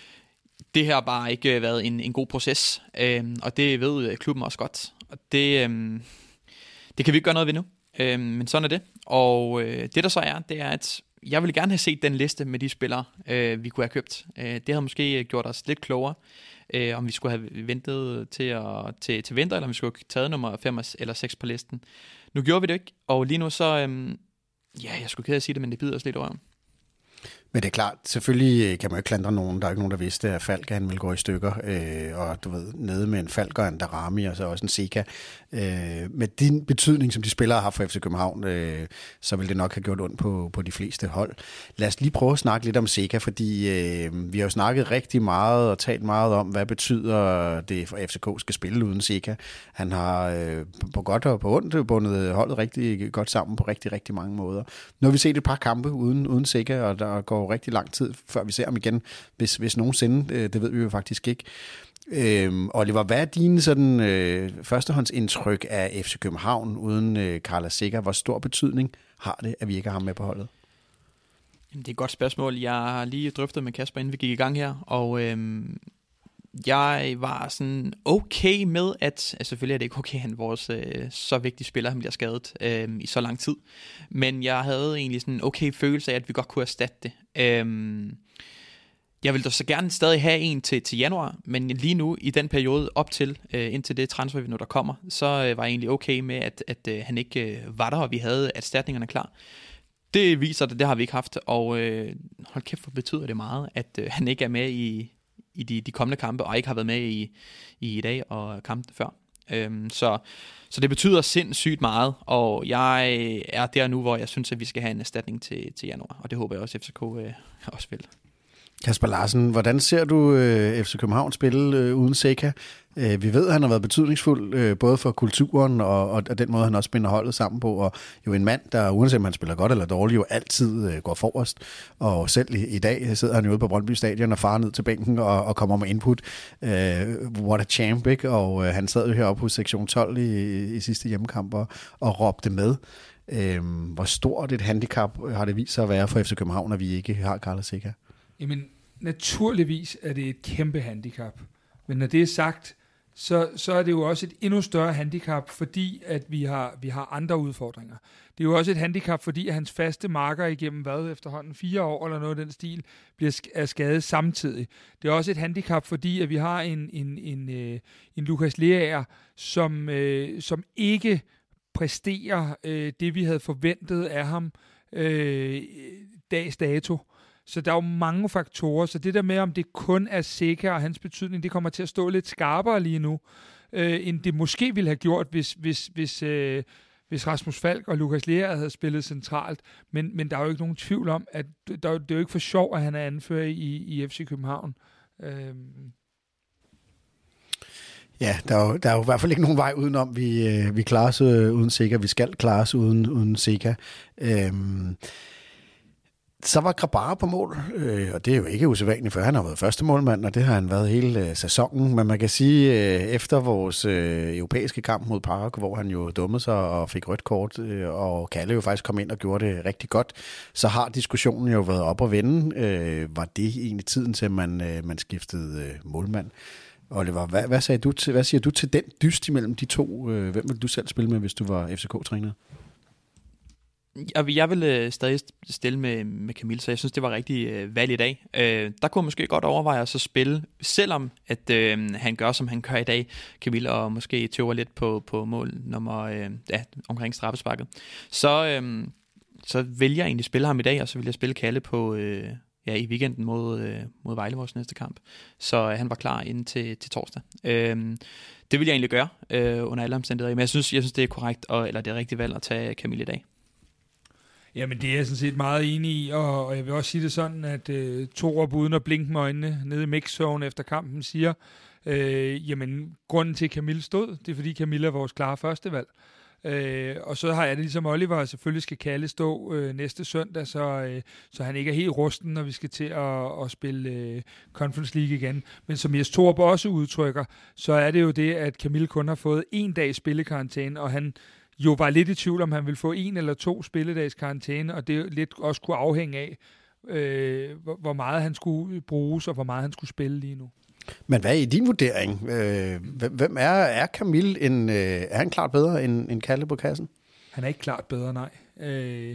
Det her har bare ikke været en, en god proces, øhm, og det ved klubben også godt. Og det, øhm, det kan vi ikke gøre noget ved nu, øhm, men sådan er det. Og øh, det der så er, det er, at jeg ville gerne have set den liste med de spillere, øh, vi kunne have købt. Øh, det havde måske gjort os lidt klogere, øh, om vi skulle have ventet til, at, til, til vinter, eller om vi skulle have taget nummer fem eller seks på listen. Nu gjorde vi det ikke, og lige nu så, øh, ja, jeg skulle kede at sige det, men det bider os lidt over.
Men det er klart, selvfølgelig kan man jo ikke klandre nogen. Der er ikke nogen, der vidste, at Falk han ville gå i stykker. Øh, og du ved, nede med en Falk og en Darami, og så også en Seka. Øh, med din betydning, som de spillere har for F C København, øh, så vil det nok have gjort ondt på, på de fleste hold. Lad os lige prøve at snakke lidt om Seka, fordi øh, vi har jo snakket rigtig meget og talt meget om, hvad betyder det for F C K skal spille uden Seka. Han har øh, på godt og på ondt bundet holdet rigtig godt sammen på rigtig, rigtig mange måder. Nu har vi set et par kampe uden, uden Seka, og der går rigtig lang tid, før vi ser ham igen, hvis, hvis nogensinde. Øh, det ved vi jo faktisk ikke. Øh, Oliver, hvad er dine sådan, øh, førstehåndsindtryk af F C København uden øh, Carlos Seka? Hvor stor betydning har det, at vi ikke har ham med på holdet?
Det er et godt spørgsmål. Jeg har lige drøftet med Kasper, inden vi gik i gang her, og øh, jeg var sådan okay med, at altså selvfølgelig er det ikke okay, at han vores øh, så vigtige spiller, han bliver skadet øh, i så lang tid, men jeg havde egentlig sådan en okay følelse af, at vi godt kunne erstatte det. Øh, jeg ville da så gerne stadig have en til, til januar, men lige nu i den periode op til, øh, indtil det transfervindue, der kommer, så øh, var jeg egentlig okay med, at, at øh, han ikke øh, var der, og vi havde erstatningerne klar. Det viser det, det har vi ikke haft, og øh, hold kæft, hvor betyder det meget, at øh, han ikke er med i i de, de kommende kampe, og ikke har været med i, i i dag og kampen før. Øhm, så, så det betyder sindssygt meget, og jeg er der nu, hvor jeg synes, at vi skal have en erstatning til, til januar, og det håber jeg også, at F C K øh, også vil.
Kasper Larsen, hvordan ser du øh, F C København spille øh, uden Seka? Øh, vi ved, at han har været betydningsfuld øh, både for kulturen og, og, og den måde, han også binder holdet sammen på. Og jo en mand, der uanset om han spiller godt eller dårligt, jo altid øh, går forrest. Og selv i, i dag sidder han jo ude på Brøndby Stadion og farer ned til bænken og, og kommer med input. Øh, what a champ, ikke? Og øh, han sad jo heroppe hos sektion tolv i, i sidste hjemmekamp og, og råbte med. Øh, hvor stort et handicap har det vist sig at være for F C København, at vi ikke har Carlos Seka?
Jamen, naturligvis er det et kæmpe handicap. Men når det er sagt, så, så er det jo også et endnu større handicap, fordi at vi har, vi har andre udfordringer. Det er jo også et handicap, fordi at hans faste marker igennem hvad efterhånden fire år eller noget af den stil bliver er skadet samtidig. Det er også et handicap, fordi at vi har en, en, en, en, en Lukas Leaer, som, øh, som ikke præsterer øh, det, vi havde forventet af ham øh, dags dato. Så der er jo mange faktorer, så det der med, om det kun er Seka og hans betydning, det kommer til at stå lidt skarpere lige nu, øh, end det måske ville have gjort, hvis, hvis, hvis, øh, hvis Rasmus Falk og Lukas Leaer havde spillet centralt. Men, men der er jo ikke nogen tvivl om, at der, det er jo ikke for sjov, at han er anfører i, i F C København. Øh.
Ja, der er, jo, der er jo i hvert fald ikke nogen vej udenom. Vi, øh, vi klarer os øh, uden Seka. Vi skal klare os uden, uden Seka. Øh. Så var Grabara på mål, øh, og det er jo ikke usædvanligt, for han har været første målmand, og det har han været hele øh, sæsonen. Men man kan sige, øh, efter vores øh, europæiske kamp mod Park, hvor han jo dummede sig og fik rødt kort, øh, og Kalle jo faktisk kom ind og gjorde det rigtig godt, så har diskussionen jo været op at vende. Øh, var det egentlig tiden til, at man, øh, man skiftede øh, målmand? Oliver, hvad, hvad, sagde du til, hvad siger du til den dyst imellem de to? Øh, hvem ville du selv spille med, hvis du var F C K-træner?
Jeg vil, jeg vil øh, stadig stille med, med Camille, så jeg synes, det var rigtig øh, valg i dag. Øh, der kunne jeg måske godt overveje at så spille, selvom at øh, han gør, som han gør i dag, Camille, og måske tøver lidt på, på mål nummer, øh, ja, omkring straffesparket. Så, øh, så vil jeg egentlig spille ham i dag, og så vil jeg spille Kalle på, øh, ja, i weekenden mod, øh, mod Vejle, vores næste kamp. Så øh, han var klar inden til, til torsdag. Øh, det vil jeg egentlig gøre øh, under alle omstændigheder, men jeg synes, jeg synes det er korrekt, og, eller det er rigtigt valg at tage Camille i dag.
Jamen, det er jeg sådan set meget enig i, og, og jeg vil også sige det sådan, at øh, Torup uden at blinke med øjnene nede i mixzone efter kampen siger, øh, jamen, grunden til, at Camille stod, det er, fordi Camille er vores klare førstevalg. Øh, og så har jeg det ligesom Oliver, selvfølgelig skal Kalle stå øh, næste søndag, så, øh, så han ikke er helt rusten, når vi skal til at, at spille øh, Conference League igen. Men som Jes Torup også udtrykker, så er det jo det, at Camille kun har fået en dags spillekarantæne, og han jo var lidt i tvivl, om han ville få en eller to spilledags karantæne, og det lidt også kunne afhænge af, øh, hvor meget han skulle bruges, og hvor meget han skulle spille lige nu.
Men hvad er i din vurdering? Øh, hvem er, er Camille? En, øh, er han klart bedre end, end Kalle på kassen?
Han er ikke klart bedre, nej. Øh,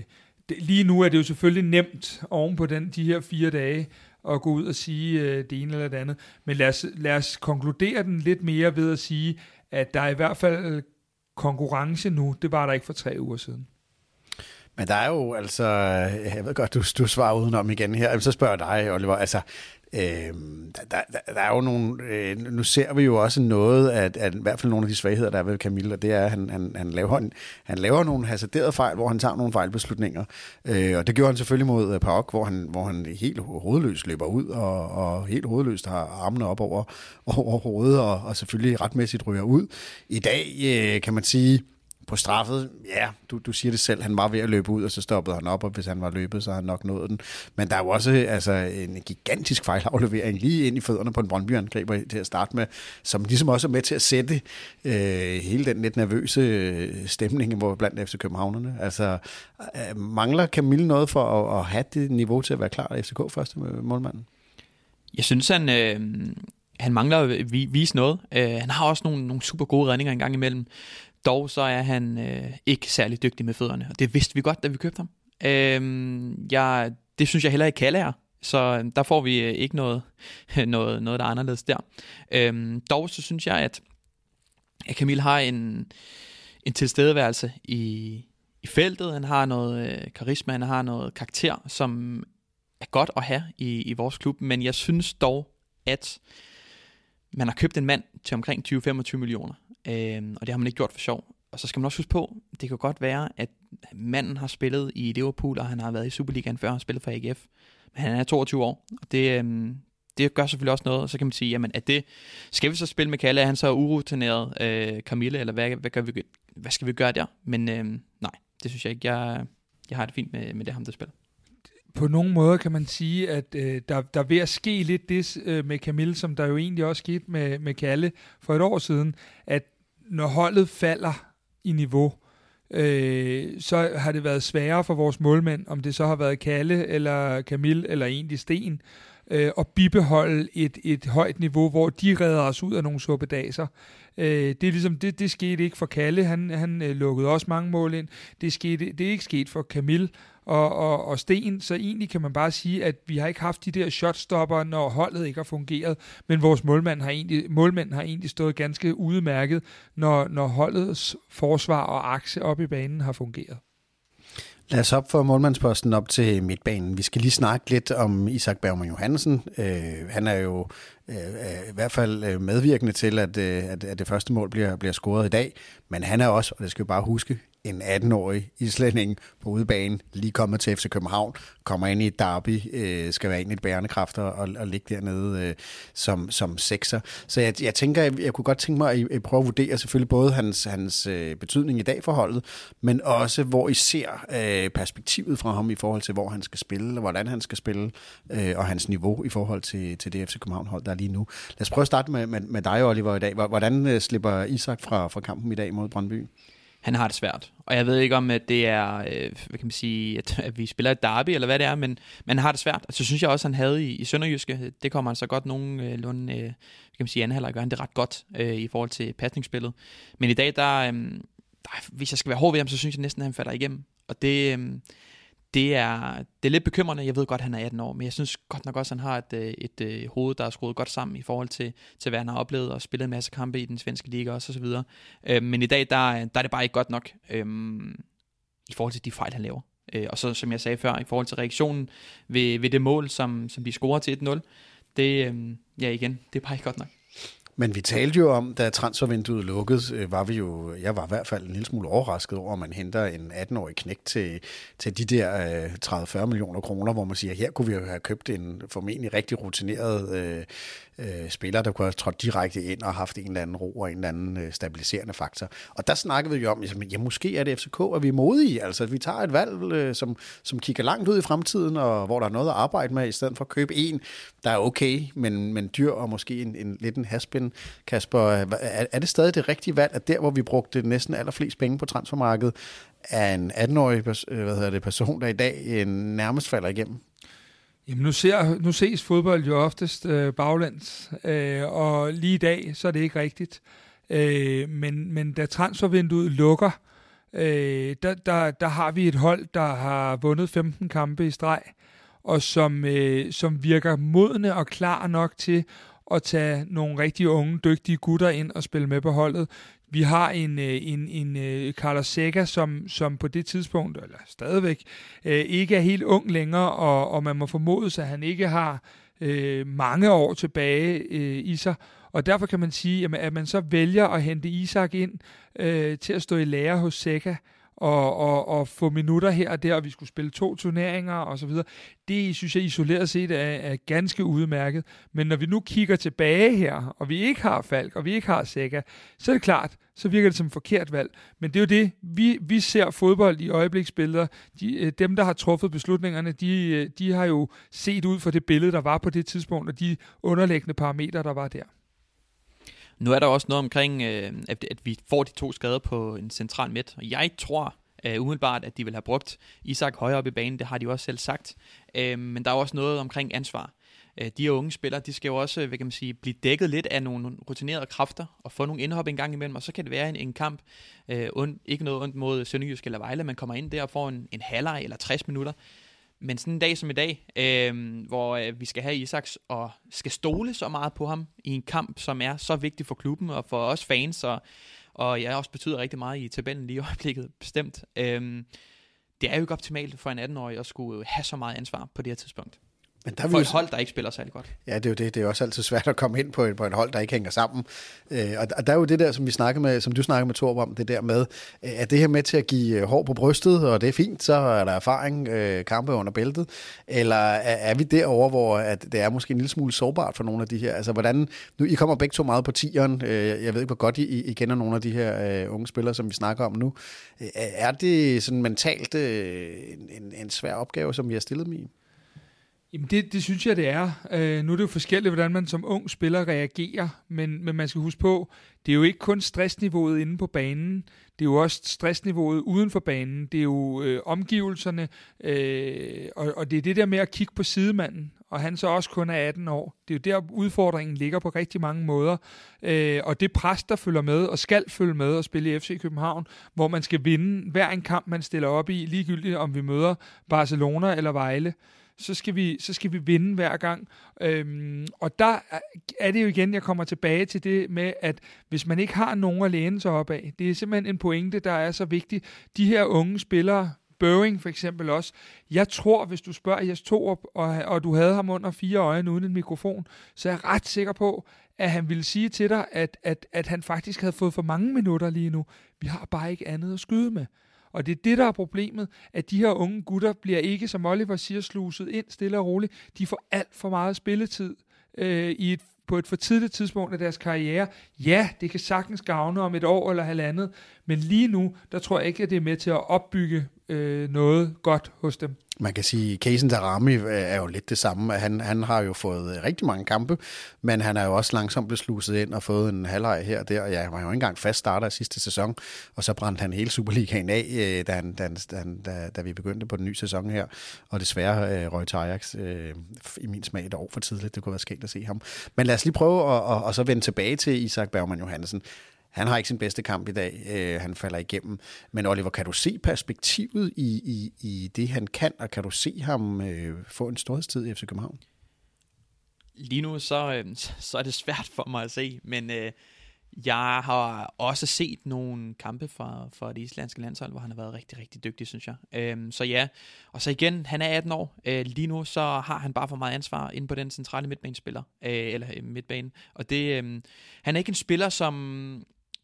det, lige nu er det jo selvfølgelig nemt oven på den, de her fire dage at gå ud og sige øh, det ene eller det andet. Men lad os, lad os konkludere den lidt mere ved at sige, at der er i hvert fald konkurrence nu. Det var der ikke for tre uger siden.
Men der er jo altså, jeg ved godt, du, du svarer udenom igen her, så spørger jeg dig, Oliver, altså, øh, der, der, der er jo nogle, øh, nu ser vi jo også noget, at, at i hvert fald nogle af de svagheder, der er ved Camille, og det er, at han, han, han, laver, en, han laver nogle hasarderede fejl, hvor han tager nogle fejlbeslutninger, øh, og det gjorde han selvfølgelig mod Parok, hvor han, hvor han helt hovedløst løber ud, og, og helt hovedløst har armene op over, over hovedet, og, og selvfølgelig retmæssigt ryger ud. I dag øh, kan man sige, på straffet, ja, du, du siger det selv, han var ved at løbe ud, og så stoppede han op, og hvis han var løbet, så havde han nok nået den. Men der er jo også altså, en gigantisk fejlaflevering lige ind i fødderne på en Brøndby-angriber til at starte med, som ligesom også er med til at sætte øh, hele den lidt nervøse stemning hvor blandt F C Københavnerne. Altså, øh, mangler Camille noget for at, at have det niveau til at være klar af F C K første målmanden?
Jeg synes, han... Øh Han mangler at vise noget. Uh, han har også nogle, nogle super gode redninger en gang imellem. Dog så er han uh, ikke særlig dygtig med fødderne. Og det vidste vi godt, da vi købte ham. Uh, jeg, det synes jeg heller ikke Kalle er. Så der får vi uh, ikke noget, noget, noget, der er anderledes der. Uh, dog så synes jeg, at, at Camille har en, en tilstedeværelse i, i feltet. Han har noget uh, karisma, han har noget karakter, som er godt at have i, i vores klub. Men jeg synes dog, at man har købt en mand til omkring tyve til femogtyve millioner, øh, og det har man ikke gjort for sjov. Og så skal man også huske på, det kan godt være, at manden har spillet i Liverpool, og han har været i Superligaen før, han har spillet for A G F. Men han er toogtyve år, og det, øh, det gør selvfølgelig også noget. Og så kan man sige, jamen, at det, skal vi så spille med Kalle? Er han så urutineret øh, Camille, eller hvad, hvad, gør vi, hvad skal vi gøre der? Men øh, nej, det synes jeg ikke. Jeg, jeg har det fint med, med det ham, der spiller.
På nogle måder kan man sige, at øh, der, der er ved at ske lidt det øh, med Camille, som der jo egentlig også skete med, med Kalle for et år siden, at når holdet falder i niveau, øh, så har det været sværere for vores målmænd, om det så har været Kalle eller Camille eller egentlig Sten, øh, at bibeholde et, et højt niveau, hvor de redder os ud af nogle suppedaser. Øh, det er ligesom, det, det skete ikke for Kalle, han, han øh, lukkede også mange mål ind, det, skete, det er ikke sket for Camille og, og, og Sten, så egentlig kan man bare sige, at vi har ikke haft de der shotstopper, når holdet ikke har fungeret, men vores målmænd har egentlig, målmænd har egentlig stået ganske udmærket, når, når holdets forsvar og akse op i banen har fungeret.
Lad os op for målmandsposten op til midtbanen. Vi skal lige snakke lidt om Isak Bergman Johansen. Øh, han er jo øh, i hvert fald medvirkende til, at, at, at det første mål bliver, bliver scoret i dag. Men han er også, og det skal vi bare huske, en atten-årig islænding på udebane, lige kommet til F C København, kommer ind i et derby, øh, skal være en af de bærende kræfter og, og ligge dernede øh, som, som sekser. Så jeg, jeg tænker, jeg, jeg kunne godt tænke mig at, at prøve at vurdere selvfølgelig både hans, hans øh, betydning i dag for holdet, men også hvor I ser øh, perspektivet fra ham i forhold til, hvor han skal spille, og hvordan han skal spille, øh, og hans niveau i forhold til, til det F C København-hold, der er lige nu. Lad os prøve at starte med, med, med dig, Oliver, i dag. Hvordan øh, slipper Isak fra, fra kampen i dag mod Brøndby?
Han har det svært, og jeg ved ikke om, at det er, øh, hvad kan man sige, at, at vi spiller et derby, eller hvad det er, men, men han har det svært. Så synes jeg også, han havde i, i Sønderjyske, det kommer han så godt nogenlunde, øh, kan man sige, anden halvleg gør han det ret godt øh, i forhold til pasningsspillet. Men i dag, der, øh, der, hvis jeg skal være hård ved ham, så synes jeg næsten, at han falder igennem. Og det, øh, det, er, det er lidt bekymrende. Jeg ved godt, at han er atten år, men jeg synes godt nok også, at han har et, et, et, et hoved, der er skruet godt sammen i forhold til, til hvad han har oplevet og spillet en masse kampe i den svenske liga også, og så videre. Øh, men i dag, der, der er det bare ikke godt nok øh, i forhold til de fejl, han laver. Øh, og så, som jeg sagde før, i forhold til reaktionen ved, ved det mål, som, som vi scorer til et nul, det, øh, ja igen, det er bare ikke godt nok.
Men vi talte jo om, da transfervinduet lukkede, var vi jo, jeg var i hvert fald en lille smule overrasket over, at man henter en atten-årig knægt til, til de der øh, tredive til fyrre millioner kroner, hvor man siger, her kunne vi jo have købt en formentlig rigtig rutineret øh, øh, spiller, der kunne have trådt direkte ind og haft en eller anden ro og en eller anden øh, stabiliserende faktor. Og der snakkede vi jo om, ja, måske er det F C K, at vi er modige, altså at vi tager et valg, øh, som, som kigger langt ud i fremtiden, og hvor der er noget at arbejde med, i stedet for at købe en, der er okay, men, men dyr og måske en, en lidt en haspin. Kasper, er, er det stadig det rigtige valg, at der, hvor vi brugte næsten allerflest penge på transfermarkedet, er en atten-årig hvad hedder det, person, der i dag nærmest falder igennem?
Jamen nu, ser, nu ses fodbold jo oftest øh, baglæns, øh, og lige i dag, så er det ikke rigtigt. Øh, men, men da transfervinduet lukker, øh, der, der, der har vi et hold, der har vundet femten kampe i streg, og som, øh, som virker modne og klar nok til at tage nogle rigtig unge, dygtige gutter ind og spille med på holdet. Vi har en, en, en, en Carlos Seca, som, som på det tidspunkt, eller stadigvæk, øh, ikke er helt ung længere, og, og man må formode sig, at han ikke har øh, mange år tilbage øh, i sig. Og derfor kan man sige, at man så vælger at hente Isak ind øh, til at stå i lære hos Seca, Og, og, og få minutter her og der, og vi skulle spille to turneringer og så videre. Det synes jeg isoleret set er, er ganske udmærket. Men når vi nu kigger tilbage her, og vi ikke har Falk, og vi ikke har Seca, så er det klart, så virker det som et forkert valg. Men det er jo det, vi, vi ser fodbold i øjebliksbilleder. De, dem, der har truffet beslutningerne, de, de har jo set ud fra det billede, der var på det tidspunkt, og de underliggende parametre, der var der.
Nu er der også noget omkring, øh, at, at vi får de to skader på en central midt, og jeg tror øh, umiddelbart, at de vil have brugt Isak højere op i banen, det har de jo også selv sagt, øh, men der er også noget omkring ansvar. Øh, de her unge spillere, de skal jo også, hvad kan man sige, blive dækket lidt af nogle rutinerede kræfter, og få nogle indhop en gang imellem, og så kan det være en, en kamp, øh, und, ikke noget ondt mod Sønderjysk eller Vejle, man kommer ind der og får en, en halvleg eller tres minutter. Men sådan en dag som i dag, øh, hvor øh, vi skal have Isaks og skal stole så meget på ham i en kamp, som er så vigtig for klubben og for os fans, og, og jeg også betyder rigtig meget i tabellen lige i øjeblikket, bestemt. Øh, det er jo ikke optimalt for en atten-årig at skulle have så meget ansvar på det her tidspunkt. Men der for et hold, der ikke spiller særlig godt.
Ja, det er jo det. Det er også altid svært at komme ind på et, på et hold, der ikke hænger sammen. Øh, og, og der er jo det der, som vi snakker med, som du snakker med Torb om, det der med, at det her med til at give hår på brystet, og det er fint, så er der erfaring, øh, kampe under bæltet, eller er, er vi derovre, hvor at det er måske en lille smule sårbart for nogle af de her, altså hvordan, nu I kommer begge to meget på tieren, øh, jeg ved ikke, hvor godt I, I kender nogle af de her øh, unge spillere, som vi snakker om nu. Øh, er det sådan mentalt øh, en, en, en svær opgave, som vi har stillet med i?
Jamen det, det synes jeg, det er. Øh, nu er det jo forskelligt, hvordan man som ung spiller reagerer, men, men man skal huske på, det er jo ikke kun stressniveauet inde på banen, det er jo også stressniveauet uden for banen, det er jo øh, omgivelserne, øh, og, og det er det der med at kigge på sidemanden, og han så også kun er atten år. Det er jo der, udfordringen ligger på rigtig mange måder, øh, og det pres, der følger med, og skal følge med og spille i F C København, hvor man skal vinde hver en kamp, man stiller op i, ligegyldigt om vi møder Barcelona eller Vejle, så skal vi, så skal vi vinde hver gang. Øhm, og der er det jo igen, jeg kommer tilbage til det med, at hvis man ikke har nogen at læne sig op af, det er simpelthen en pointe, der er så vigtig. De her unge spillere, Børing for eksempel også, jeg tror, hvis du spørger Jes Torup, og, og du havde ham under fire øjne uden en mikrofon, så er jeg ret sikker på, at han ville sige til dig, at, at, at han faktisk havde fået for mange minutter lige nu. Vi har bare ikke andet at skyde med. Og det er det, der er problemet, at de her unge gutter bliver ikke, som Oliver siger, sluset ind stille og roligt. De får alt for meget spilletid øh, i et, på et for tidligt tidspunkt af deres karriere. Ja, det kan sagtens gavne om et år eller halvandet, men lige nu, der tror jeg ikke, at det er med til at opbygge øh, noget godt hos dem.
Man kan sige, at Kaisen Darami er jo lidt det samme. Han, han har jo fået rigtig mange kampe, men han er jo også langsomt besluset ind og fået en halvleg her og der. Og ja, han var jo ikke engang fast starter i sidste sæson, og så brændte han hele Superligaen af, da, han, da, da, da vi begyndte på den nye sæson her. Og desværre øh, røg til Ajax øh, i min smag et år for tidligt. Det kunne være skægt at se ham. Men lad os lige prøve at og, og så vende tilbage til Isak Bergman Johansen. Han har ikke sin bedste kamp i dag. Øh, han falder igennem. Men Oliver, kan du se perspektivet i, i, i det, han kan, og kan du se ham øh, få en storhedstid i F C København?
Lige nu, så, øh, så er det svært for mig at se, men øh, jeg har også set nogle kampe fra, fra det islandske landshold, hvor han har været rigtig, rigtig dygtig, synes jeg. Øh, så ja, og så igen, han er atten år. Øh, lige nu, så har han bare for meget ansvar inde på den centrale midtbanespiller, øh, eller øh, midtbane. Og det, øh, han er ikke en spiller, som...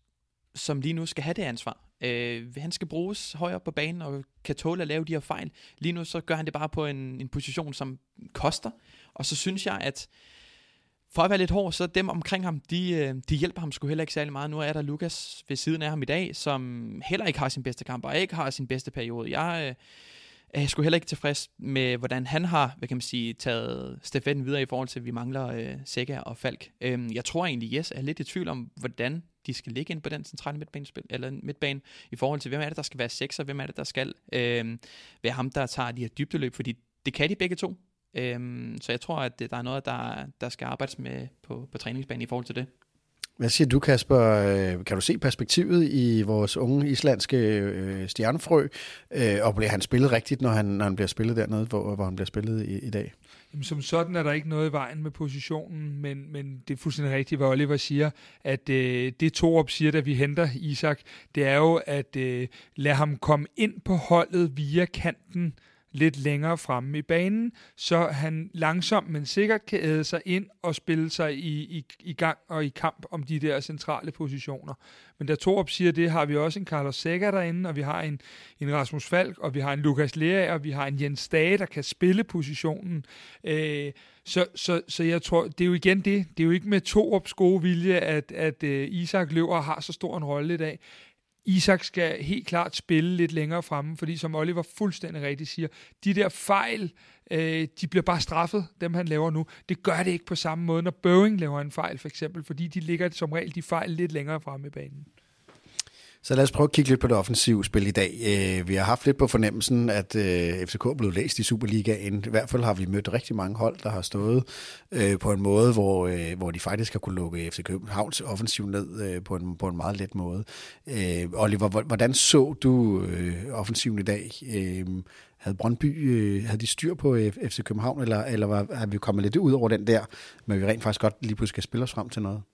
som lige nu skal have det ansvar. Øh, han skal bruges højere på banen og kan tåle at lave de her fejl. Lige nu så gør han det bare på en, en position, som koster. Og så synes jeg, at for at være lidt hård, så dem omkring ham, de, de hjælper ham sgu heller ikke særlig meget. Nu er der Lukas ved siden af ham i dag, som heller ikke har sin bedste kamp, og ikke har sin bedste periode. Jeg øh, er sgu heller ikke tilfreds med, hvordan han har, hvad kan man sige, taget stafetten videre i forhold til, at vi mangler øh, Seca og Falk. Øh, jeg tror egentlig, Jes er lidt i tvivl om, hvordan de skal ligge ind på den centrale midtbane, eller midtbane, i forhold til, hvem er det, der skal være sekser, hvem er det, der skal øh, være ham, der tager de her dybdeløb, fordi det kan de begge to. Øh, så jeg tror, at der er noget, der, der skal arbejdes med på, på træningsbanen i forhold til det.
Hvad siger du, Kasper? Kan du se perspektivet i vores unge islandske øh, stjernefrø, øh, og bliver han spillet rigtigt, når han, når han bliver spillet dernede, hvor, hvor han bliver spillet i, i dag?
Jamen, som sådan er der ikke noget i vejen med positionen, men, men det er fuldstændig rigtigt, hvad Oliver siger, at øh, det Torup siger, da vi henter Isak, det er jo at øh, lade ham komme ind på holdet via kanten, lidt længere fremme i banen, så han langsomt, men sikkert kan æde sig ind og spille sig i, i, i gang og i kamp om de der centrale positioner. Men da Torup siger det, har vi også en Carlos Sækker derinde, og vi har en, en Rasmus Falk, og vi har en Lukas Lea, og vi har en Jens Dage, der kan spille positionen. Øh, så, så, så jeg tror, det er jo igen det. Det er jo ikke med Torups gode vilje, at, at uh, Isak Løver har så stor en rolle i dag. Isak skal helt klart spille lidt længere fremme, fordi som Oliver fuldstændig rigtigt siger, de der fejl, øh, de bliver bare straffet, dem han laver nu. Det gør det ikke på samme måde, når Boeing laver en fejl for eksempel, fordi de ligger som regel de fejl lidt længere fremme i banen.
Så lad os prøve at kigge lidt på det offensive spil i dag. Vi har haft lidt på fornemmelsen, at F C K er blevet læst i Superligaen. I hvert fald har vi mødt rigtig mange hold, der har stået på en måde, hvor, hvor de faktisk har kunne lukke F C Københavns offensiv ned på en, på en meget let måde. Oliver, hvordan så du offensiven i dag? Havde Brøndby, havde de styr på F C København, eller, eller var, er vi kommet lidt ud over den der, men vi rent faktisk godt lige pludselig skal spille os frem til noget?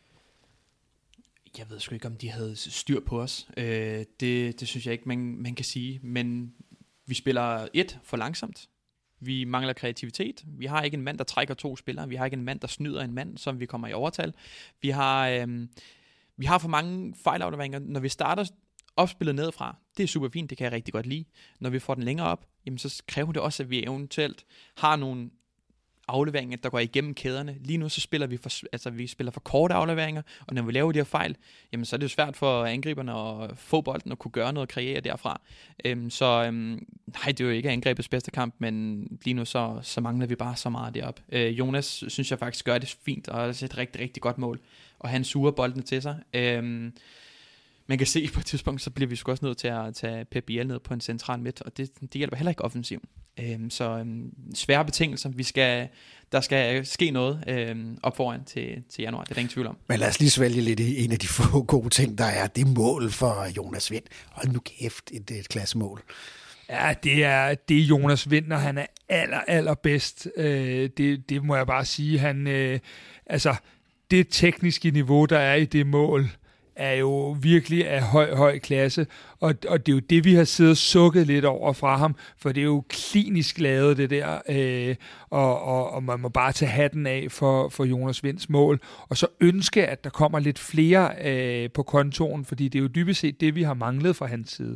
Jeg ved sgu ikke, om de havde styr på os. Øh, det, det synes jeg ikke, man, man kan sige. Men vi spiller et for langsomt. Vi mangler kreativitet. Vi har ikke en mand, der trækker to spillere. Vi har ikke en mand, der snyder en mand, som vi kommer i overtal. Vi har, øh, vi har for mange fejlafleveringer. Når vi starter opspillet nedefra, det er super fint, det kan jeg rigtig godt lide. Når vi får den længere op, jamen så kræver det også, at vi eventuelt har nogle afleveringer, der går igennem kæderne. Lige nu så spiller vi for, altså vi spiller for korte afleveringer, og når vi laver de her fejl, jamen så er det jo svært for angriberne at få bolden og kunne gøre noget og kreere derfra. Øhm, så øhm, nej, det er jo ikke angrebets bedste kamp, men lige nu så, så mangler vi bare så meget deroppe. Øh, Jonas synes jeg faktisk gør det fint, og har et rigtig, rigtig godt mål, og han suger boldene til sig. Øhm, man kan se på et tidspunkt, så bliver vi sgu også nødt til at tage Pep Biel ned på en central midt, og det, det hjælper heller ikke offensivt. Øhm, så øhm, svære betingelser. Vi skal, der skal ske noget øhm, op foran til, til januar. Det er der ingen tvivl om.
Men lad os lige svælge lidt i en af de få gode ting, der er. Det mål for Jonas Vind. Hold nu kæft, et, et klassemål.
Ja, det er, det er Jonas Vind, når han er aller, aller bedst. Øh, det, det må jeg bare sige. Han, øh, altså, det tekniske niveau, der er i det mål, er jo virkelig af høj, høj klasse, og, og det er jo det, vi har siddet og sukket lidt over fra ham, for det er jo klinisk lavet, det der, øh, og, og, og man må bare tage hatten af for, for Jonas Vinds mål, og så ønske, at der kommer lidt flere øh, på kontoen, fordi det er jo dybest set det, vi har manglet fra hans side.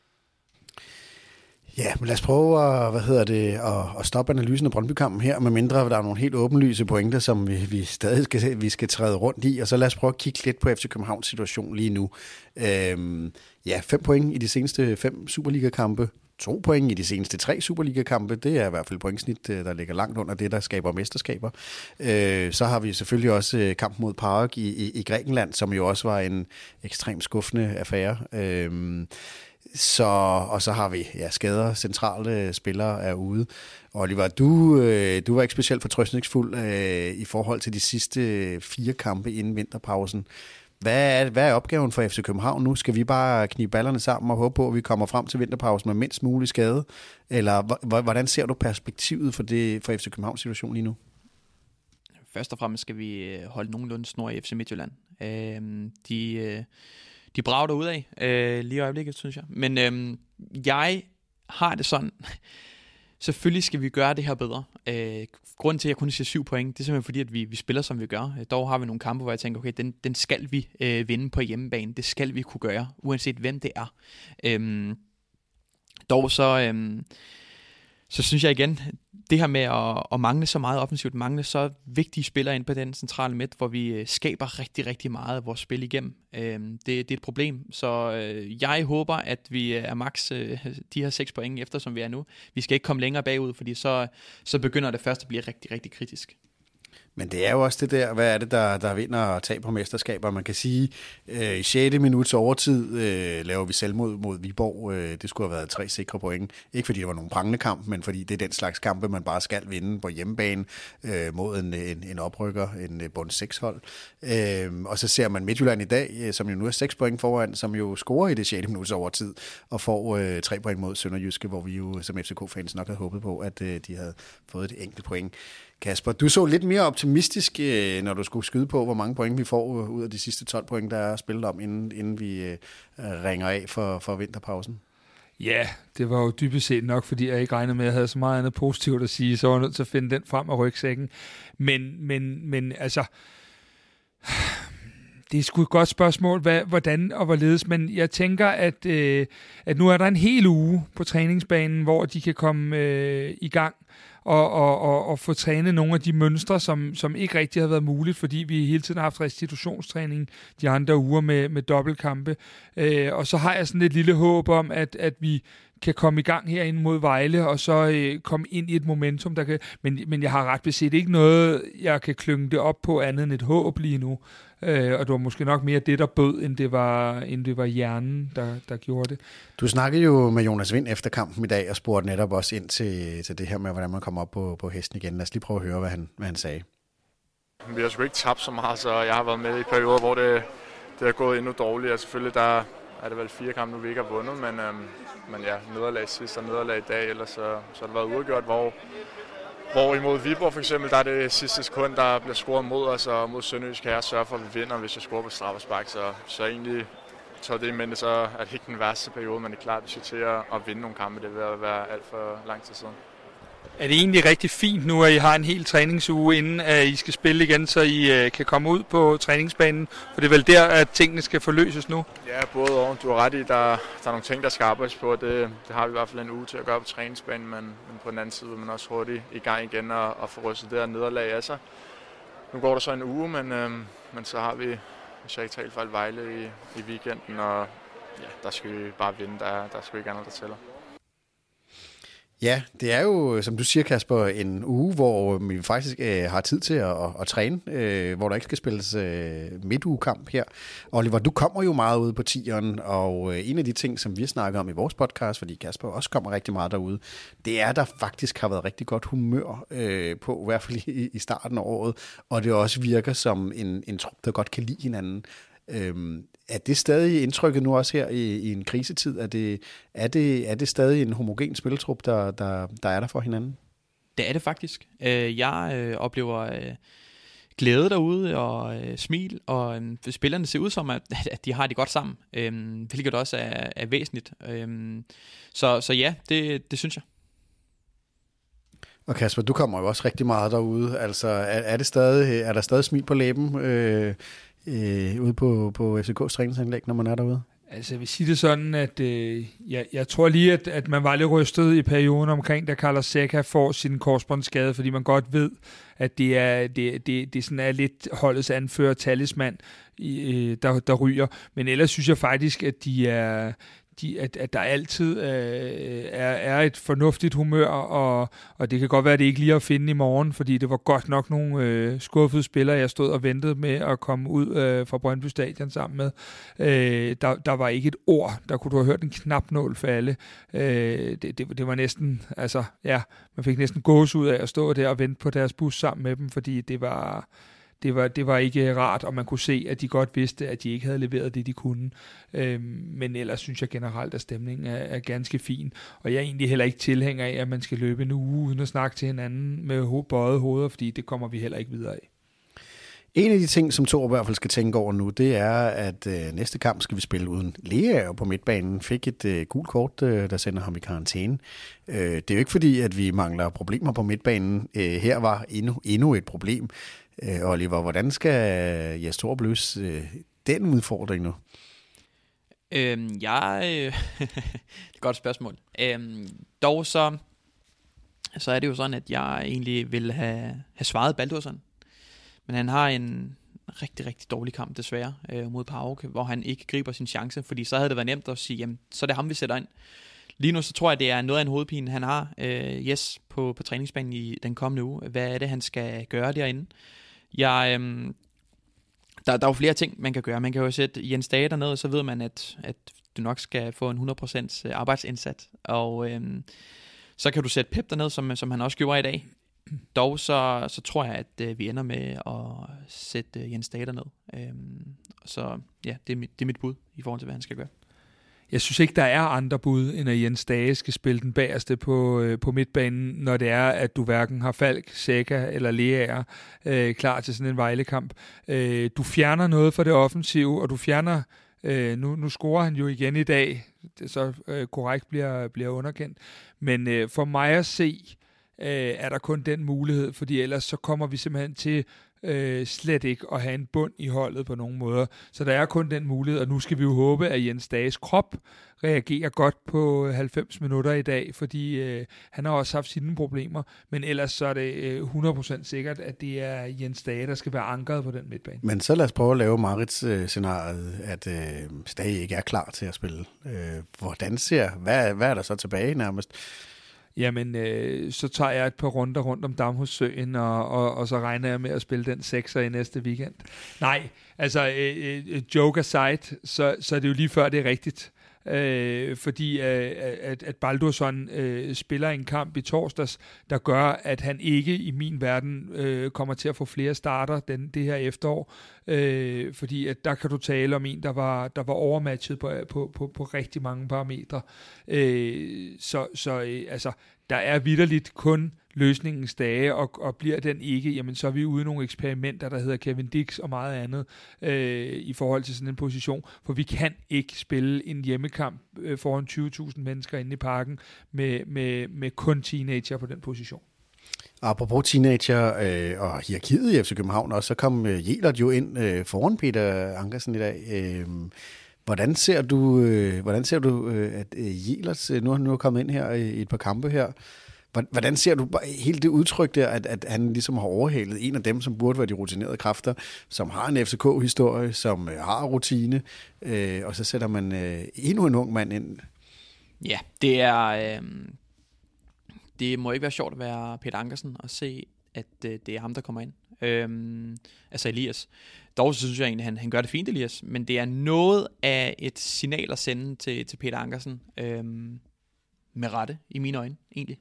Ja, men lad os prøve at, hvad hedder det, at, at stoppe analysen af Brøndby-kampen her, med mindre der er nogle helt åbenlyse pointer, som vi, vi stadig skal, vi skal træde rundt i, og så lad os prøve at kigge lidt på F C Københavns situation lige nu. Øhm, ja, fem point i de seneste fem Superliga-kampe, to point i de seneste tre Superliga-kampe, det er i hvert fald pointsnit, der ligger langt under det, der skaber mesterskaber. Øh, så har vi selvfølgelig også kampen mod PAOK i, i, i Grækenland, som jo også var en ekstremt skuffende affære. Øh, Så, og så har vi ja, skader, centrale spillere er ude. Oliver, du, øh, du var ikke specielt fortrøstningsfuld øh, i forhold til de sidste fire kampe inden vinterpausen. Hvad er, hvad er opgaven for F C København nu? Skal vi bare knibe ballerne sammen og håbe på, at vi kommer frem til vinterpausen med mindst mulig skade? Eller hvordan ser du perspektivet for, det, for F C Københavns situation lige nu?
Først og fremmest skal vi holde nogenlunde snor i F C Midtjylland. Øh, de... Øh De brager derudad øh, lige i øjeblikket, synes jeg. Men øh, jeg har det sådan, selvfølgelig skal vi gøre det her bedre. Øh, grunden til, at jeg kun siger syv point, det er simpelthen fordi, at vi, vi spiller, som vi gør. Dog har vi nogle kampe, hvor jeg tænker, okay, den, den skal vi øh, vinde på hjemmebane. Det skal vi kunne gøre, uanset hvem det er. Øh, dog så... Øh, Så synes jeg igen, det her med at, at mangle så meget offensivt, mangle så vigtige spillere ind på den centrale midt, hvor vi skaber rigtig, rigtig meget af vores spil igennem. Det, det er et problem, så jeg håber, at vi er max de her seks point efter, som vi er nu. Vi skal ikke komme længere bagud, fordi så, så begynder det først at blive rigtig, rigtig kritisk.
Men det er jo også det der, hvad er det, der, der vinder og taber mesterskaber? Man kan sige, øh, i sjette minuts overtid øh, laver vi selvmod mod Viborg. Øh, det skulle have været tre sikre point. Ikke fordi det var nogen prangende kamp, men fordi det er den slags kampe, man bare skal vinde på hjemmebane øh, mod en, en, en oprykker, en bund seks hold. Øh, og så ser man Midtjylland i dag, øh, som jo nu er seks point foran, som jo scorer i det sjette minuts overtid og får øh, tre point mod Sønderjyske, hvor vi jo som F C K-fans nok havde håbet på, at øh, de havde fået et enkelt point. Kasper, du så lidt mere optimistisk, når du skulle skyde på, hvor mange point vi får ud af de sidste tolv point, der er spillet om, inden, inden vi øh, ringer af for, for vinterpausen.
Ja, det var jo dybest set nok, fordi jeg ikke regnede med, at jeg havde så meget andet positivt at sige, så var jeg nødt til at finde den frem af rygsækken. Men, men, men altså, det er sgu et godt spørgsmål, hvad, hvordan og hvorledes, men jeg tænker, at, øh, at nu er der en hel uge på træningsbanen, hvor de kan komme øh, i gang, Og, og, og, og få trænet nogle af de mønstre, som, som ikke rigtig har været muligt, fordi vi hele tiden har haft restitutionstræning de andre uger med, med dobbeltkampe. Øh, og så har jeg sådan et lille håb om, at, at vi kan komme i gang herinde mod Vejle, og så øh, komme ind i et momentum, der kan... Men, men jeg har ret beset ikke noget, jeg kan klynge det op på andet end et håb lige nu. Øh, og det var måske nok mere det, der bød, end det var, end det var hjernen, der, der gjorde det.
Du snakkede jo med Jonas Vind efter kampen i dag, og spurgte netop også ind til, til det her med, hvordan man kommer op på, på hesten igen. Lad os lige prøve at høre, hvad han, hvad han sagde.
Vi har sgu ikke tabt så meget, så jeg har været med i perioder, hvor det, det er gået endnu dårligere. Selvfølgelig der er det vel fire kampe nu, vi ikke har vundet, men, øhm, men ja, nederlag sidst og nederlag i dag, ellers så, så har det været uafgjort, hvor, hvor imod Viborg for eksempel, der er det sidste sekund, der bliver scoret mod os, og mod Sønderjysk kan jeg sørge for, at vi vinder, hvis jeg scorer på straffespark, så, så egentlig tager det i mente, så er det ikke den værste periode, men det er klart, at vi skal til at vinde nogle kampe, det vil være alt for lang tid siden.
Er det egentlig rigtig fint nu, at I har en hel træningsuge, inden at I skal spille igen, så I uh, kan komme ud på træningsbanen? For det er vel der, at tingene skal forløses nu?
Ja, både og. Du har ret i, der, der er nogle ting, der skal arbejdes på, og det, det har vi i hvert fald en uge til at gøre på træningsbanen, men, men på den anden side vil man også hurtigt i gang igen og, og få rystet det her nederlag af sig. Nu går der så en uge, men, øhm, men så har vi, hvis jeg ikke taler fejl, Vejle i, i weekenden, og ja, der skal vi bare vinde, der, der skal vi ikke andet, der tæller.
Ja, det er jo, som du siger, Kasper, en uge, hvor vi faktisk øh, har tid til at, at, at træne, øh, hvor der ikke skal spilles øh, midtugekamp her. Oliver, du kommer jo meget ude på tieren, og øh, en af de ting, som vi har snakket om i vores podcast, fordi Kasper også kommer rigtig meget derude, det er, at der faktisk har været rigtig godt humør øh, på, i hvert fald i, i starten af året, og det også virker som en, en trup, der godt kan lide hinanden. Øhm, er det stadig indtrykket nu også her i, i en krisetid? Er det, er, det, er det stadig en homogen spilletrup, der, der, der er der for hinanden?
Det er det faktisk. Jeg øh, oplever øh, glæde derude og øh, smil, og øh, spillerne ser ud som, at, at de har det godt sammen, øh, hvilket også er, er væsentligt. Øh, så, så ja, det, det synes jeg.
Og Kasper, du kommer jo også rigtig meget derude. Altså, er, er, det stadig, er der stadig smil på læben øh, øh, ude på, på F C K's træningsanlæg, når man er derude?
Altså, jeg vil sige det sådan, at øh, jeg, jeg tror lige, at, at man var lidt rystet i perioden omkring, da Carlos Seca får sin korsbåndsskade, fordi man godt ved, at det er, det, det, det sådan er lidt holdets anfører, talisman, øh, der, der ryger. Men ellers synes jeg faktisk, at de er... De, at, at der altid øh, er, er et fornuftigt humør, og, og det kan godt være, at det ikke lige er at finde i morgen, fordi det var godt nok nogle øh, skuffede spillere, jeg stod og ventede med at komme ud øh, fra Brøndby Stadion sammen med. Øh, der, der var ikke et ord, der kunne du have hørt en knapnål falde. Øh, det, det, det var næsten, altså ja, man fik næsten gås ud af at stå der og vente på deres bus sammen med dem, fordi det var... Det var, det var ikke rart, og man kunne se, at de godt vidste, at de ikke havde leveret det, de kunne. Øhm, men ellers synes jeg generelt, at stemningen er, er ganske fin. Og jeg er egentlig heller ikke tilhænger af, at man skal løbe en uge uden at snakke til hinanden med ho- bøjede hoveder, fordi det kommer vi heller ikke videre af.
En af de ting, som Thor i hvert fald skal tænke over nu, det er, at øh, næste kamp skal vi spille uden Lea på midtbanen. Fik et øh, gult kort, øh, der sender ham i karantæne. Øh, det er jo ikke fordi, at vi mangler problemer på midtbanen. Øh, her var endnu, endnu et problem. Øh, Oliver, hvordan skal Jes Torup løse øh, den udfordring nu?
Øhm, jeg... Øh, det er et godt spørgsmål. Øhm, dog så, så er det jo sådan, at jeg egentlig vil have, have svaret Baldursson. Men han har en rigtig, rigtig dårlig kamp desværre øh, mod PAOK, hvor han ikke griber sin chance, fordi så havde det været nemt at sige, jamen, så er det ham, vi sætter ind. Lige nu så tror jeg, det er noget af en hovedpine, han har, øh, yes, på, på træningsbanen i den kommende uge. Hvad er det, han skal gøre derinde? Jeg, øhm, der, der er jo flere ting, man kan gøre. Man kan jo sætte Jens Dage derned, og så ved man, at, at du nok skal få en hundrede procent arbejdsindsat. Og øhm, så kan du sætte Pep derned, som, som han også gjorde i dag. Dog så, så tror jeg, at øh, vi ender med at sætte øh, Jens Dage derned. Øhm, så ja, det er, mit, det er mit bud i forhold til, hvad han skal gøre.
Jeg synes ikke, der er andre bud, end at Jens Dage skal spille den bagerste på, øh, på midtbanen, når det er, at du hverken har Falk, Sækker eller Leaer øh, klar til sådan en Vejle-kamp. Øh, du fjerner noget fra det offensive, og du fjerner... Øh, nu, nu scorer han jo igen i dag, det så øh, korrekt bliver, bliver underkendt. Men øh, for mig at se, øh, er der kun den mulighed, fordi ellers så kommer vi simpelthen til øh, slet ikke at have en bund i holdet på nogen måder. Så der er kun den mulighed, og nu skal vi jo håbe, at Jens Dages krop reagerer godt på halvfems minutter i dag, fordi øh, han har også haft sine problemer, men ellers så er det øh, hundrede procent sikkert, at det er Jens Dage, der skal være ankeret på den midtbane.
Men så lad os prøve at lave Marits-scenariet, at øh, Stage ikke er klar til at spille. Øh, hvordan ser, hvad, hvad er der så tilbage nærmest?
Jamen, øh, så tager jeg et par runder rundt om Damhussøen, og, og, og så regner jeg med at spille den sekser i næste weekend. Nej, altså, øh, øh, joke aside, så, så er det jo lige før, det er rigtigt. Øh, fordi øh, at, at Baldursson øh, spiller en kamp i torsdags, der gør, at han ikke i min verden øh, kommer til at få flere starter den, det her efterår. Øh, fordi at der kan du tale om en, der var, der var overmatchet på, på, på, på rigtig mange parametre. Øh, så så øh, altså, der er vitterligt kun løsningens dage, og, og bliver den ikke, jamen så er vi ude i nogle eksperimenter, der hedder Kevin Dix og meget andet, øh, i forhold til sådan en position, for vi kan ikke spille en hjemmekamp øh, foran tyve tusind mennesker inde i parken med, med, med kun teenager på den position.
Apropos teenager øh, og hierarkiet i F C København også, så kom øh, Jelert jo ind øh, foran Peter Ankersen i dag. Øh, hvordan ser du, øh, hvordan ser du øh, at øh, Jelert øh, nu, nu er kommet ind her i et par kampe her? Hvordan ser du hele det udtryk der, at, at han ligesom har overhalet en af dem, som burde være de rutinerede kræfter, som har en F C K-historie, som øh, har rutine, øh, og så sætter man øh, endnu en ung mand ind?
Ja, det er... Øh, det må ikke være sjovt at være Peter Ankersen og se, at øh, det er ham, der kommer ind. Øh, altså Elias. Dog så synes jeg egentlig, at han, han gør det fint, Elias, men det er noget af et signal at sende til, til Peter Ankersen. Øh, med rette, i mine øjne, egentlig.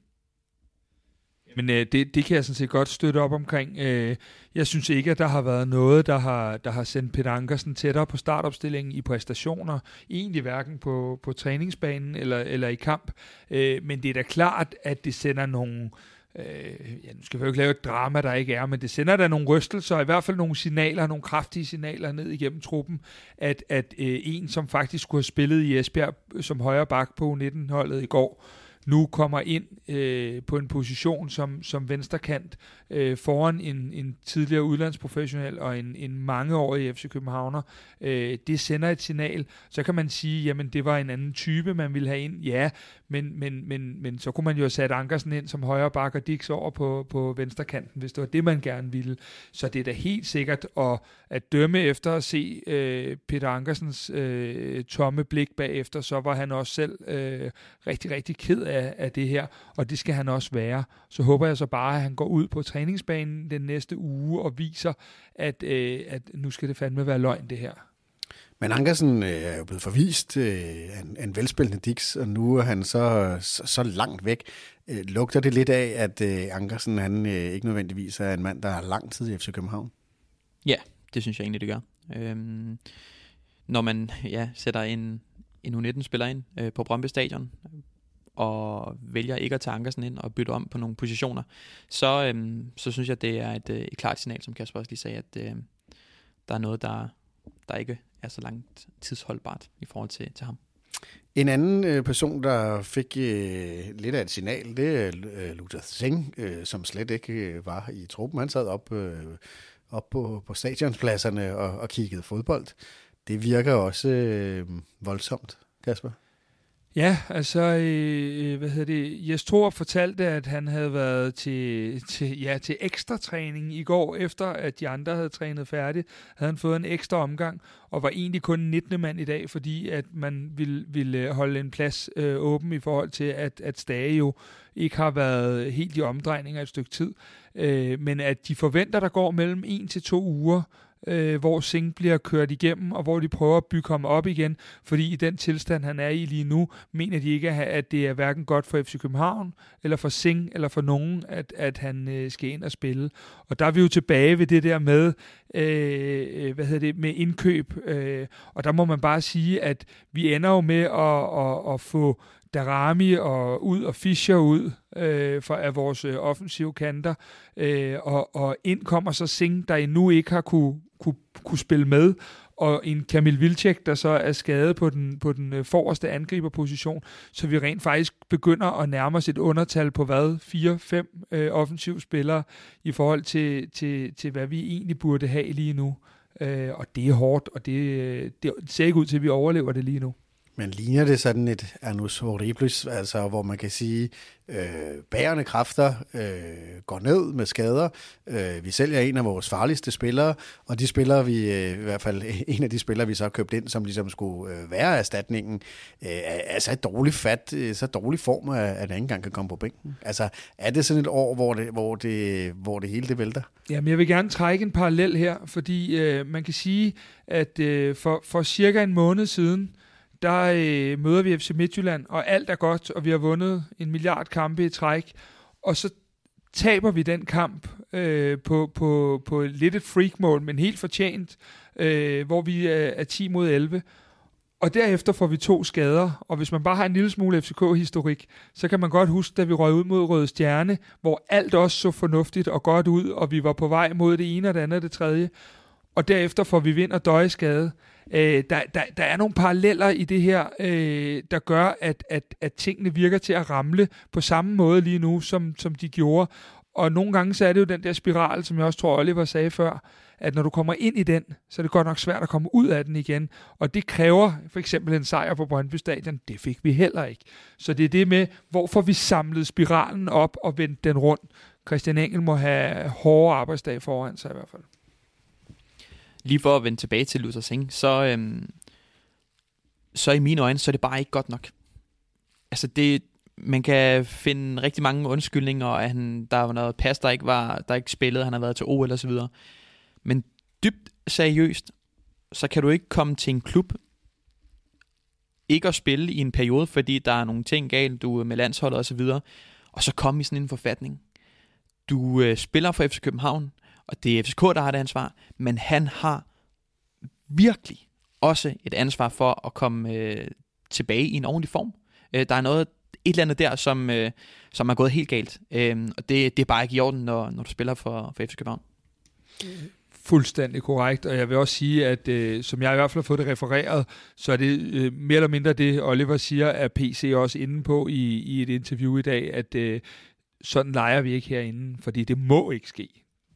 Men øh, det, det kan jeg sådan set godt støtte op omkring. Øh, jeg synes ikke, at der har været noget, der har, der har sendt Peter Ankersen tættere på startopstillingen i præstationer. Egentlig hverken på, på træningsbanen eller, eller i kamp. Øh, men det er da klart, at det sender nogle... Øh, ja, nu skal vi jo ikke lave et drama, der ikke er, men det sender da nogle rystelser, i hvert fald nogle signaler, nogle kraftige signaler ned igennem truppen, at, at øh, en, som faktisk skulle have spillet i Esbjerg som højre bak på U nitten-holdet i går, nu kommer ind øh, på en position som, som venstrekant øh, foran en, en tidligere udlandsprofessionel og en, en mangeårig F C Københavner. Øh, det sender et signal. Så kan man sige, jamen det var en anden type, man ville have ind. Ja, men, men, men, men så kunne man jo have sat Ankersen ind som højre bak og Dix over på, på venstrekanten, hvis det var det, man gerne ville. Så det er da helt sikkert at, at dømme efter at se øh, Peter Ankersens øh, tomme blik bagefter, så var han også selv øh, rigtig, rigtig ked af, af det her, og det skal han også være. Så håber jeg så bare, at han går ud på træningsbanen den næste uge og viser, at, øh, at nu skal det fandme være løgn, det her.
Men Ankersen øh, er jo blevet forvist øh, af en, en velspillende Dix, og nu er han så, så, så langt væk. Øh, lugter det lidt af, at øh, Ankersen han, øh, ikke nødvendigvis er en mand, der har lang tid i F C København?
Ja, det synes jeg egentlig, det gør. Øhm, når man ja, sætter en, en U nitten-spiller ind øh, på Brøndby Stadion, og vælger ikke at tage Ankersen ind og bytte om på nogle positioner, så, øhm, så synes jeg, det er et, et klart signal, som Kasper også lige sagde, at øh, der er noget, der, der ikke er så langt tidsholdbart i forhold til, til ham.
En anden øh, person, der fik øh, lidt af et signal, det er øh, Luther Singh, øh, som slet ikke øh, var i truppen. Han sad op, øh, op på, på stadionspladserne og, og kiggede fodbold. Det virker også øh, voldsomt, Kasper.
Ja, altså, øh, hvad hedder det, Jes Torup fortalte, at han havde været til, til, ja, til ekstra træning i går, efter at de andre havde trænet færdigt, havde han fået en ekstra omgang, og var egentlig kun nittende mand i dag, fordi at man ville, ville holde en plads øh, åben i forhold til, at, at Stage jo ikke har været helt i omdrejninger et stykke tid, øh, men at de forventer, der går mellem en til to uger, Øh, hvor Singh bliver kørt igennem, og hvor de prøver at bygge ham op igen, fordi i den tilstand, han er i lige nu, mener de ikke, at det er hverken godt for F C København, eller for Singh, eller for nogen, at, at han øh, skal ind og spille. Og der er vi jo tilbage ved det der med, øh, hvad hedder det, med indkøb, øh, og der må man bare sige, at vi ender jo med at, at, at få Darami og ud og Fischer ud øh, for, af vores øh, offensive kanter, øh, og, og ind kommer så Singh, der endnu ikke har kunne, kunne, kunne spille med, og en Kamil Vilcek, der så er skadet på den, på den øh, forreste angriberposition, så vi rent faktisk begynder at nærme os et undertal på hvad? fire fem øh, offensive spillere i forhold til, til, til, hvad vi egentlig burde have lige nu. Øh, og det er hårdt, og det, det ser ikke ud til, at vi overlever det lige nu.
Men ligner det sådan et annus horribilis, altså hvor man kan sige, øh, bærende kræfter øh, går ned med skader. Øh, vi sælger en af vores farligste spillere, og de spillere, vi øh, i hvert fald en af de spillere, vi så har købt ind, som ligesom skulle øh, være erstatningen, øh, er så et dårligt fat, øh, så dårlig form, at, at han ikke engang kan komme på bænken. Altså er det sådan et år, hvor det, hvor det, hvor det hele det vælter?
Jamen, jeg vil gerne trække en parallel her, fordi øh, man kan sige, at øh, for, for cirka en måned siden, der øh, møder vi F C Midtjylland, og alt er godt, og vi har vundet en milliard kampe i træk, og så taber vi den kamp øh, på, på, på lidt et freakmål, men helt fortjent, øh, hvor vi er, er ti mod elleve, og derefter får vi to skader, og hvis man bare har en lille smule F C K-historik, så kan man godt huske, da vi røg ud mod Røde Stjerne, hvor alt også så fornuftigt og godt ud, og vi var på vej mod det ene og det andet og det tredje, og derefter får vi vind og døjeskade. Øh, der, der, der er nogle paralleller i det her, øh, der gør, at, at, at tingene virker til at ramle på samme måde lige nu, som, som de gjorde. Og nogle gange så er det jo den der spiral, som jeg også tror, Oliver sagde før, at når du kommer ind i den, så er det godt nok svært at komme ud af den igen. Og det kræver for eksempel en sejr på Brøndby Stadion. Det fik vi heller ikke. Så det er det med, hvorfor vi samlede spiralen op og vendte den rundt. Christian Engel må have hårde arbejdsdage foran sig i hvert fald.
Lige for at vende tilbage til Luther Singh, så, øhm, så i mine øjne, så er det bare ikke godt nok. Altså det, man kan finde rigtig mange undskyldninger, og at han, der var noget pas, der ikke var, der ikke spillede, han har været til O L og så videre. Men dybt seriøst, så kan du ikke komme til en klub, ikke at spille i en periode, fordi der er nogle ting galt, du er med landsholdet og så videre, og så komme i sådan en forfatning. Du øh, spiller for F C København, og det er F C K, der har det ansvar, men han har virkelig også et ansvar for at komme øh, tilbage i en ordentlig form. Øh, der er noget, et eller andet der, som, øh, som er gået helt galt, øh, og det, det er bare ikke i orden, når, når du spiller for, for F C København.
Fuldstændig korrekt, og jeg vil også sige, at øh, som jeg i hvert fald har fået det refereret, så er det øh, mere eller mindre det, Oliver siger, at P C også inde på i, i et interview i dag, at øh, sådan leger vi ikke herinde, fordi det må ikke ske.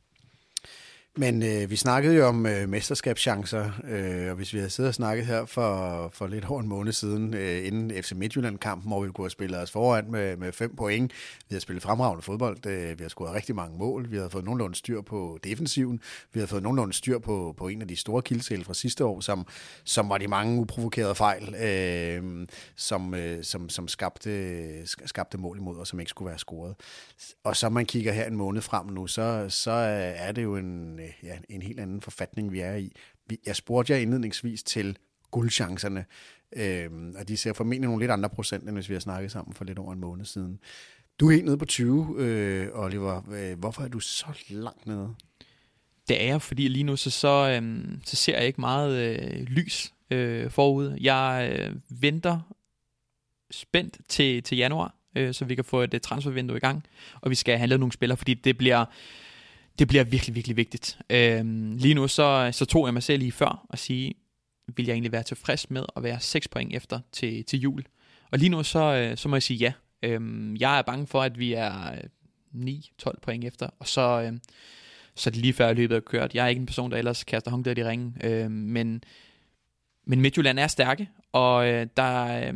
Men øh, vi snakkede jo om øh, mesterskabschancer, øh, og hvis vi havde siddet og snakket her for, for lidt over en måned siden, øh, inden F C Midtjylland-kampen, hvor vi kunne have spillet os foran med, med fem point. Vi har spillet fremragende fodbold, øh, vi har scoret rigtig mange mål, vi har fået nogenlunde styr på defensiven, vi har fået nogenlunde styr på, på en af de store kildesæl fra sidste år, som, som var de mange uprovokerede fejl, øh, som, øh, som, som skabte, skabte mål imod, og som ikke skulle være scoret. Og så man kigger her en måned frem nu, så, så er det jo en ja, en helt anden forfatning, vi er i. Jeg spurgte jer indledningsvis til guldchancerne, øh, og de ser formentlig nogle lidt andre procent, end hvis vi har snakket sammen for lidt over en måned siden. Du er helt nede på tyve, øh, Oliver. Hvorfor er du så langt nede?
Det er jeg, fordi lige nu så, så, øh, så ser jeg ikke meget øh, lys øh, forud. Jeg øh, venter spændt til, til januar, øh, så vi kan få et transfervindue i gang, og vi skal handle nogle spillere, fordi det bliver Det bliver virkelig, virkelig vigtigt. Øhm, lige nu så, så tog jeg mig selv lige før og sige, vil jeg egentlig være tilfreds med at være seks point efter til, til jul? Og lige nu så, så må jeg sige ja. Øhm, jeg er bange for, at vi er ni tolv point efter, og så, øhm, så er det lige før løbet er kørt. Jeg er ikke en person, der ellers kaster håndklædet i ringen, øhm, men, men Midtjylland er stærke, og øh, der, øh,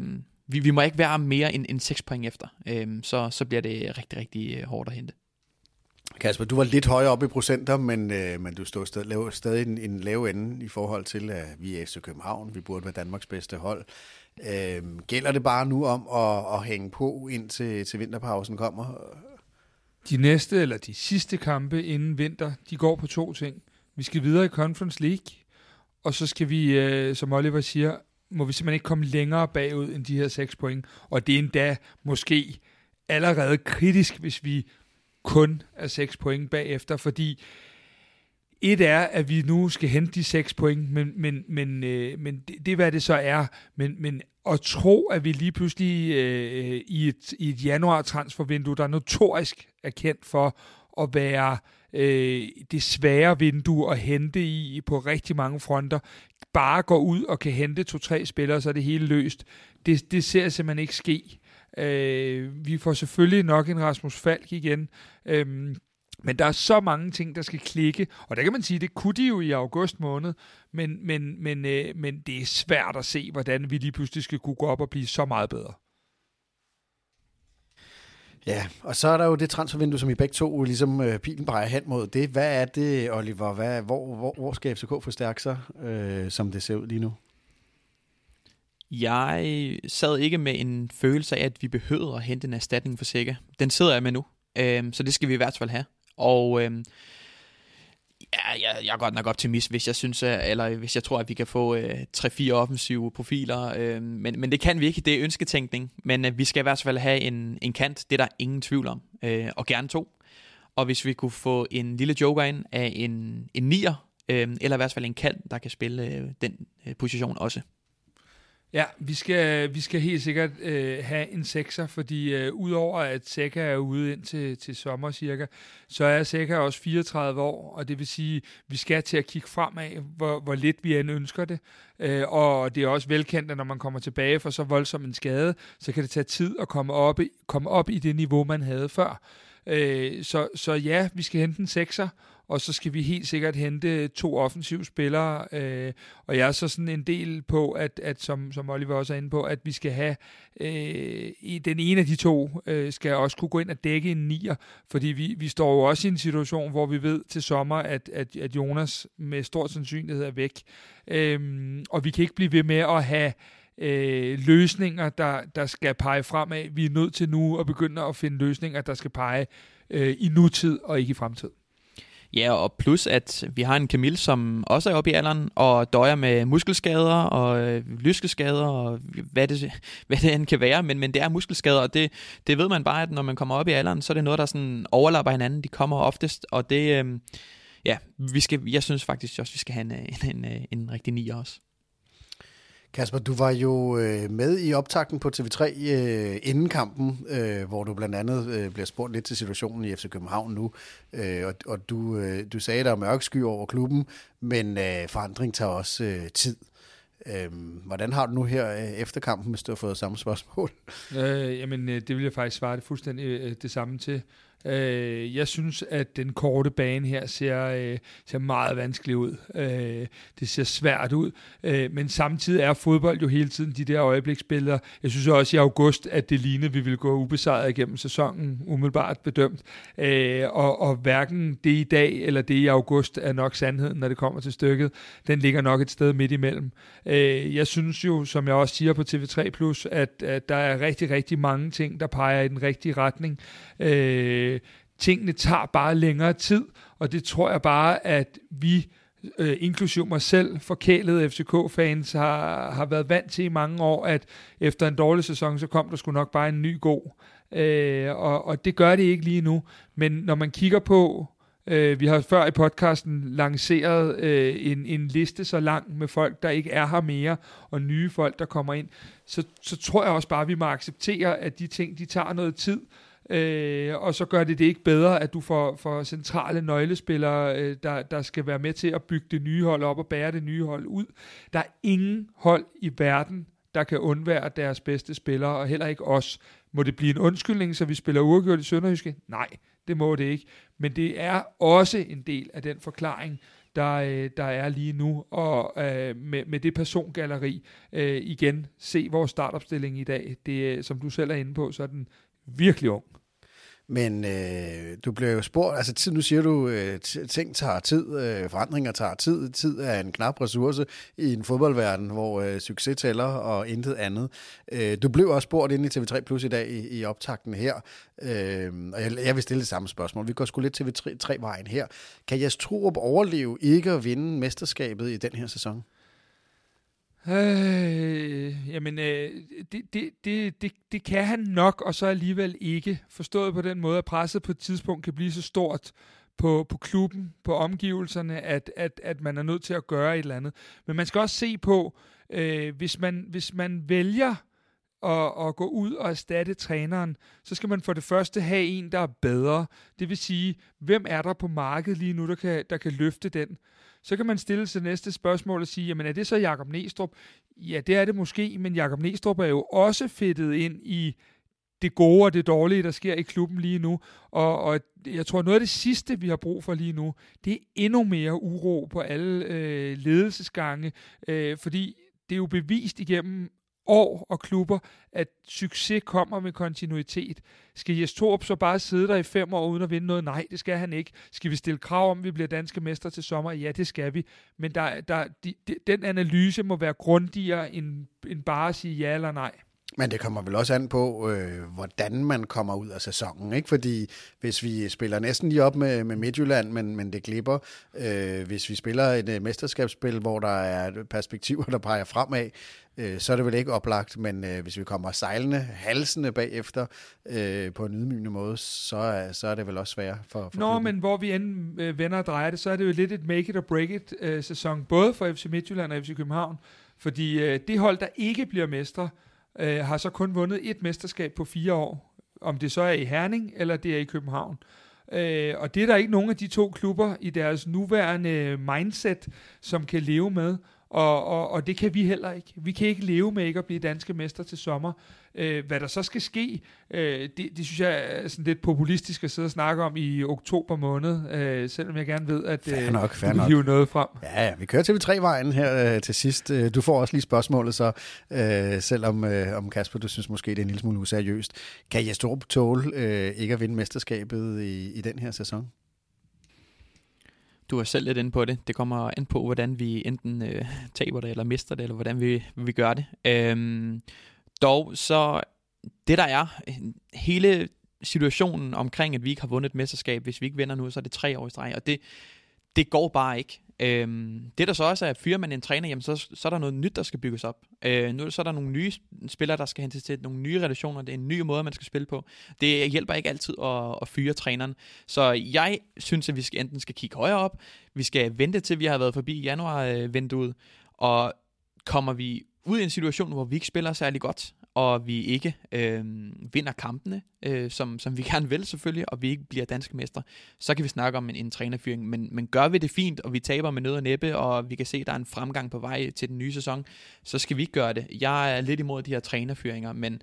vi, vi må ikke være mere end, end seks point efter, øhm, så, så bliver det rigtig, rigtig hårdt at hente.
Kasper, du var lidt højere oppe i procenter, men, øh, men du stod stadig, lav, stadig en, en lave ende i forhold til, at vi er F C København, vi burde være Danmarks bedste hold. Øh, gælder det bare nu om at, at hænge på, indtil til vinterpausen kommer?
De næste, eller de sidste kampe inden vinter, de går på to ting. Vi skal videre i Conference League, og så skal vi, øh, som Oliver siger, må vi simpelthen ikke komme længere bagud end de her seks point. Og det er endda måske allerede kritisk, hvis vi kun er seks point bagefter, fordi et er, at vi nu skal hente de seks point, men, men, men, øh, men det, det er, hvad det så er. Men, men at tro, at vi lige pludselig øh, i, et, i et januar-transfervindue, der er notorisk er kendt for at være øh, det svære vindue at hente i på rigtig mange fronter, bare går ud og kan hente to-tre spillere, så er det hele løst. Det, det ser jeg simpelthen ikke ske. Øh, vi får selvfølgelig nok en Rasmus Falk igen, øh, men der er så mange ting, der skal klikke, og der kan man sige, det kunne de jo i august måned, men, men, men, øh, men det er svært at se, hvordan vi lige pludselig skal kunne gå op og blive så meget bedre.
Ja, og så er der jo det transfervindue, som I begge to ligesom øh, pilen peger hen mod det. Hvad er det, Oliver? Hvad, hvor, hvor, hvor skal F C K forstærke sig, øh, som det ser ud lige nu?
Jeg sad ikke med en følelse af, at vi behøvede at hente en erstatning for Zeca. Den sidder jeg med nu, øhm, så det skal vi i hvert fald have. Og øhm, ja, jeg, jeg er godt nok optimist, hvis jeg synes, eller hvis jeg tror, at vi kan få øh, tre-fire offensive profiler. Øh, men, men det kan vi ikke. Det er ønsketænkning. Men øh, vi skal i hvert fald have en, en kant. Det er der ingen tvivl om. Øh, og gerne to. Og hvis vi kunne få en lille joker ind af en, en nier, øh, eller i hvert fald en kant, der kan spille øh, den øh, position også.
Ja, vi skal, vi skal helt sikkert øh, have en sekser, fordi øh, udover at Zeca er ude ind til, til sommer cirka, så er Zeca også fireogtredive år, og det vil sige, vi skal til at kigge fremad, hvor, hvor lidt vi end ønsker det. Øh, og det er også velkendt, at når man kommer tilbage fra så voldsom en skade, så kan det tage tid at komme op i, komme op i det niveau, man havde før. Øh, så, så ja, vi skal hente en sekser, og så skal vi helt sikkert hente to offensive spillere, øh, og jeg er så sådan en del på, at, at som, som Oliver også er inde på, at vi skal have, øh, i den ene af de to, øh, skal også kunne gå ind og dække en nier, fordi vi, vi står jo også i en situation, hvor vi ved til sommer, at, at, at Jonas med stor sandsynlighed er væk, øh, og vi kan ikke blive ved med at have Øh, løsninger, der, der skal pege fremad. Vi er nødt til nu at begynde at finde løsninger, der skal pege øh, i nutid og ikke i fremtid.
Ja, og plus at vi har en Camille, som også er oppe i alderen og døjer med muskelskader og øh, lyskeskader og hvad det, hvad det end kan være, men, men det er muskelskader, og det, det ved man bare, at når man kommer op i alderen, så er det noget, der sådan overlapper hinanden. De kommer oftest, og det, øh, ja, vi skal, jeg synes faktisk også, vi skal have en, en, en, en rigtig nier også.
Kasper, du var jo øh, med i optakten på T V tre øh, inden kampen, øh, hvor du blandt andet øh, bliver spurgt lidt til situationen i F C København nu, øh, og, og du, øh, du sagde, der er mørksky over klubben, men øh, forandring tager også øh, tid. Øh, hvordan har du nu her øh, efter kampen, hvis du har fået samme spørgsmål?
Øh, jamen, det vil jeg faktisk svare det fuldstændig øh, det samme til. Øh, jeg synes, at den korte bane her ser, øh, ser meget vanskelig ud. Øh, det ser svært ud, øh, men samtidig er fodbold jo hele tiden de der øjebliksbilleder. Jeg synes også i august, at det lignede, at vi ville gå ubesejret igennem sæsonen, umiddelbart bedømt. Øh, og, og hverken det i dag eller det i august er nok sandheden, når det kommer til stykket. Den ligger nok et sted midt imellem. Øh, jeg synes jo, som jeg også siger på T V tre plus, at, at der er rigtig, rigtig mange ting, der peger i den rigtige retning. Øh, Tingene tager bare længere tid, og det tror jeg bare, at vi, øh, inklusiv mig selv, forkælede F C K-fans, har, har været vant til i mange år, at efter en dårlig sæson, så kom der sgu nok bare en ny god. Øh, og, og det gør det ikke lige nu. Men når man kigger på, øh, vi har før i podcasten lanceret øh, en, en liste så lang med folk, der ikke er her mere, og nye folk, der kommer ind, så, så tror jeg også bare, at vi må acceptere, at de ting, de tager noget tid. Øh, og så gør det det ikke bedre, at du får, får centrale nøglespillere, øh, der, der skal være med til at bygge det nye hold op og bære det nye hold ud. Der er ingen hold i verden, der kan undvære deres bedste spillere, og heller ikke os. Må det blive en undskyldning, så vi spiller uafgjort i Sønderjyske? Nej, det må det ikke. Men det er også en del af den forklaring, der, øh, der er lige nu, og øh, med, med det persongalleri, øh, igen, se vores startopstilling i dag. Det, som du selv er inde på, så er den virkelig ung.
Men øh, du bliver jo spurgt, altså tid, nu siger du, øh, ting tager tid, øh, forandringer tager tid, tid er en knap ressource i en fodboldverden, hvor øh, succes tæller og intet andet. Øh, du blev også spurgt inde i T V tre Plus i dag i, i optakten her, øh, og jeg, jeg vil stille det samme spørgsmål. Vi går sgu lidt T V tre-vejen her. Kan Jes Torup overleve ikke at vinde mesterskabet i den her sæson?
Øh, jamen, øh, det, det, det, det, det kan han nok, og så alligevel ikke. Forstået på den måde, at presset på et tidspunkt kan blive så stort på, på klubben, på omgivelserne, at, at, at man er nødt til at gøre et eller andet. Men man skal også se på, øh, hvis, man, hvis man vælger at, at gå ud og erstatte træneren, så skal man for det første have en, der er bedre. Det vil sige, hvem er der på markedet lige nu, der kan, der kan løfte den? Så kan man stille sig næste spørgsmål og sige, jamen er det så Jakob Næstrup? Ja, det er det måske, men Jakob Næstrup er jo også fedtet ind i det gode og det dårlige, der sker i klubben lige nu. Og, og jeg tror, noget af det sidste, vi har brug for lige nu, det er endnu mere uro på alle øh, ledelsesgange, øh, fordi det er jo bevist igennem år og klubber, at succes kommer med kontinuitet. Skal Jes Torup så bare sidde der i fem år uden at vinde noget? Nej, det skal han ikke. Skal vi stille krav om, at vi bliver danske mestre til sommer? Ja, det skal vi. Men der, der, de, de, den analyse må være grundigere end, end bare at sige ja eller nej.
Men det kommer vel også an på, øh, hvordan man kommer ud af sæsonen, ikke? Fordi hvis vi spiller næsten lige op med, med Midtjylland, men, men det glipper, øh, hvis vi spiller et uh, mesterskabsspil, hvor der er perspektiver, der peger fremad, øh, så er det vel ikke oplagt, men øh, hvis vi kommer sejlende, halsende bagefter øh, på en ydmygende måde, så er, så er det vel også svært for, for
Nå,
klubben.
men hvor vi end øh, vender og drejer det, så er det jo lidt et make it or break it øh, sæson, både for F C Midtjylland og F C København, fordi øh, det hold, der ikke bliver mestre, Uh, har så kun vundet et mesterskab på fire år, om det så er i Herning eller det er i København. Uh, og det er der ikke nogen af de to klubber i deres nuværende mindset, som kan leve med, og, og, og det kan vi heller ikke. Vi kan ikke leve med ikke at blive danske mester til sommer. Uh, hvad der så skal ske, uh, det, det synes jeg er sådan lidt populistisk at sidde og snakke om i oktober måned, uh, selvom jeg gerne ved, at uh,
nok,
du kan hive noget frem.
Ja, ja, vi kører T V tre-vejen her uh, til sidst. Uh, du får også lige spørgsmålet så, uh, selvom uh, om Kasper, du synes måske, det er en lille smule useriøst. Kan Jes Torup tåle uh, ikke at vinde mesterskabet i, i den her sæson?
Du er selv lidt inde på det. Det kommer an på, hvordan vi enten øh, taber det, eller mister det, eller hvordan vi, vi gør det. Øhm, dog, så det der er, hele situationen omkring, at vi ikke har vundet et mesterskab, hvis vi ikke vinder nu, så er det tre år i streg, og det, det går bare ikke. Øhm, det der så også er, at fyrer man en træner, jamen så, så er der noget nyt, der skal bygges op. Øh, nu så er der nogle nye spillere, der skal hentes til, nogle nye relationer, det er en ny måde, man skal spille på. Det hjælper ikke altid at, at fyre træneren. Så jeg synes, at vi skal, enten skal kigge højere op, vi skal vente til, vi har været forbi januar-vinduet, og kommer vi ud i en situation, hvor vi ikke spiller særlig godt, og vi ikke øh, vinder kampene, øh, som, som vi gerne vil selvfølgelig, og vi ikke bliver danske mestre, så kan vi snakke om en, en trænerfyring. Men, men gør vi det fint, og vi taber med nød og næppe, og vi kan se, at der er en fremgang på vej til den nye sæson, så skal vi ikke gøre det. Jeg er lidt imod de her trænerfyringer, men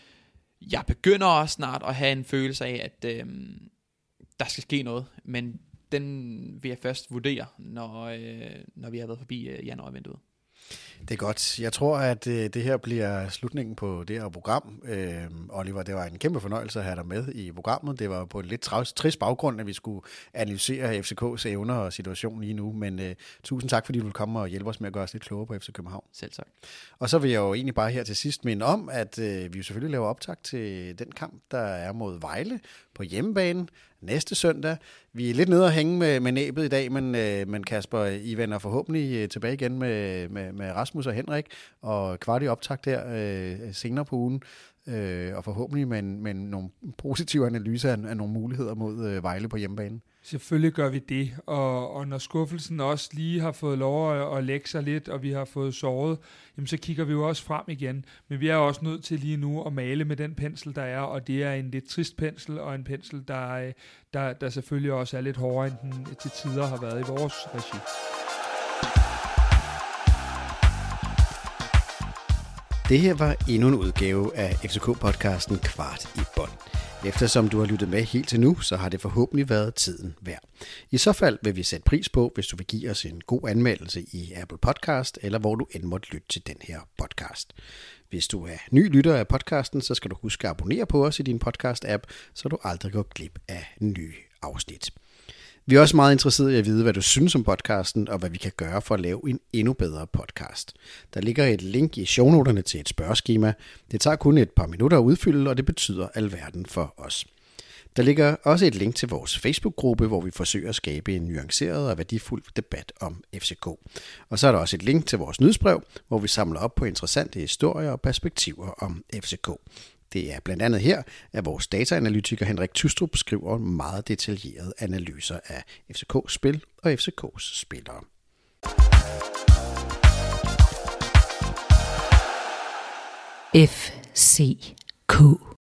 jeg begynder også snart at have en følelse af, at øh, der skal ske noget, men den vil jeg først vurdere, når, øh, når vi har været forbi øh, januarvinduet.
Det er godt. Jeg tror, at øh, det her bliver slutningen på det her program. Øh, Oliver, det var en kæmpe fornøjelse at have dig med i programmet. Det var på en lidt trist baggrund, at vi skulle analysere F C K's evner og situation lige nu. Men øh, tusind tak, fordi du vil komme og hjælpe os med at gøre os lidt klogere på F C København.
Selv tak.
Og så vil jeg jo egentlig bare her til sidst minde om, at øh, vi jo selvfølgelig laver optakt til den kamp, der er mod Vejle på hjemmebane næste søndag. Vi er lidt nede at hænge med, med næbet i dag, men, øh, men Kasper, I vender forhåbentlig øh, tilbage igen med, med, med Rasmus og Henrik, og kvart i optakt her øh, senere på ugen, øh, og forhåbentlig med, med nogle positive analyser af, af nogle muligheder mod øh, Vejle på hjemmebane.
Selvfølgelig gør vi det, og, og når skuffelsen også lige har fået lov at, at lægge sig lidt, og vi har fået sovet, jamen så kigger vi jo også frem igen. Men vi er også nødt til lige nu at male med den pensel, der er, og det er en lidt trist pensel, og en pensel, der, der, der selvfølgelig også er lidt hårdere, end den til tider har været i vores regi.
Det her var endnu en udgave af F C K-podcasten Kvart i Bånd. Eftersom du har lyttet med helt til nu, så har det forhåbentlig været tiden værd. I så fald vil vi sætte pris på, hvis du vil give os en god anmeldelse i Apple Podcast, eller hvor du end måtte lytte til den her podcast. Hvis du er ny lytter af podcasten, så skal du huske at abonnere på os i din podcast-app, så du aldrig går glip af nye afsnit. Vi er også meget interesserede i at vide, hvad du synes om podcasten, og hvad vi kan gøre for at lave en endnu bedre podcast. Der ligger et link i shownoterne til et spørgeskema. Det tager kun et par minutter at udfylde, og det betyder alverden for os. Der ligger også et link til vores Facebook-gruppe, hvor vi forsøger at skabe en nuanceret og værdifuld debat om F C K. Og så er der også et link til vores nyhedsbrev, hvor vi samler op på interessante historier og perspektiver om F C K. Det er blandt andet her, at vores dataanalytiker Henrik Tystrup skriver meget detaljerede analyser af F C K-spil og F C K's spillere.
F C K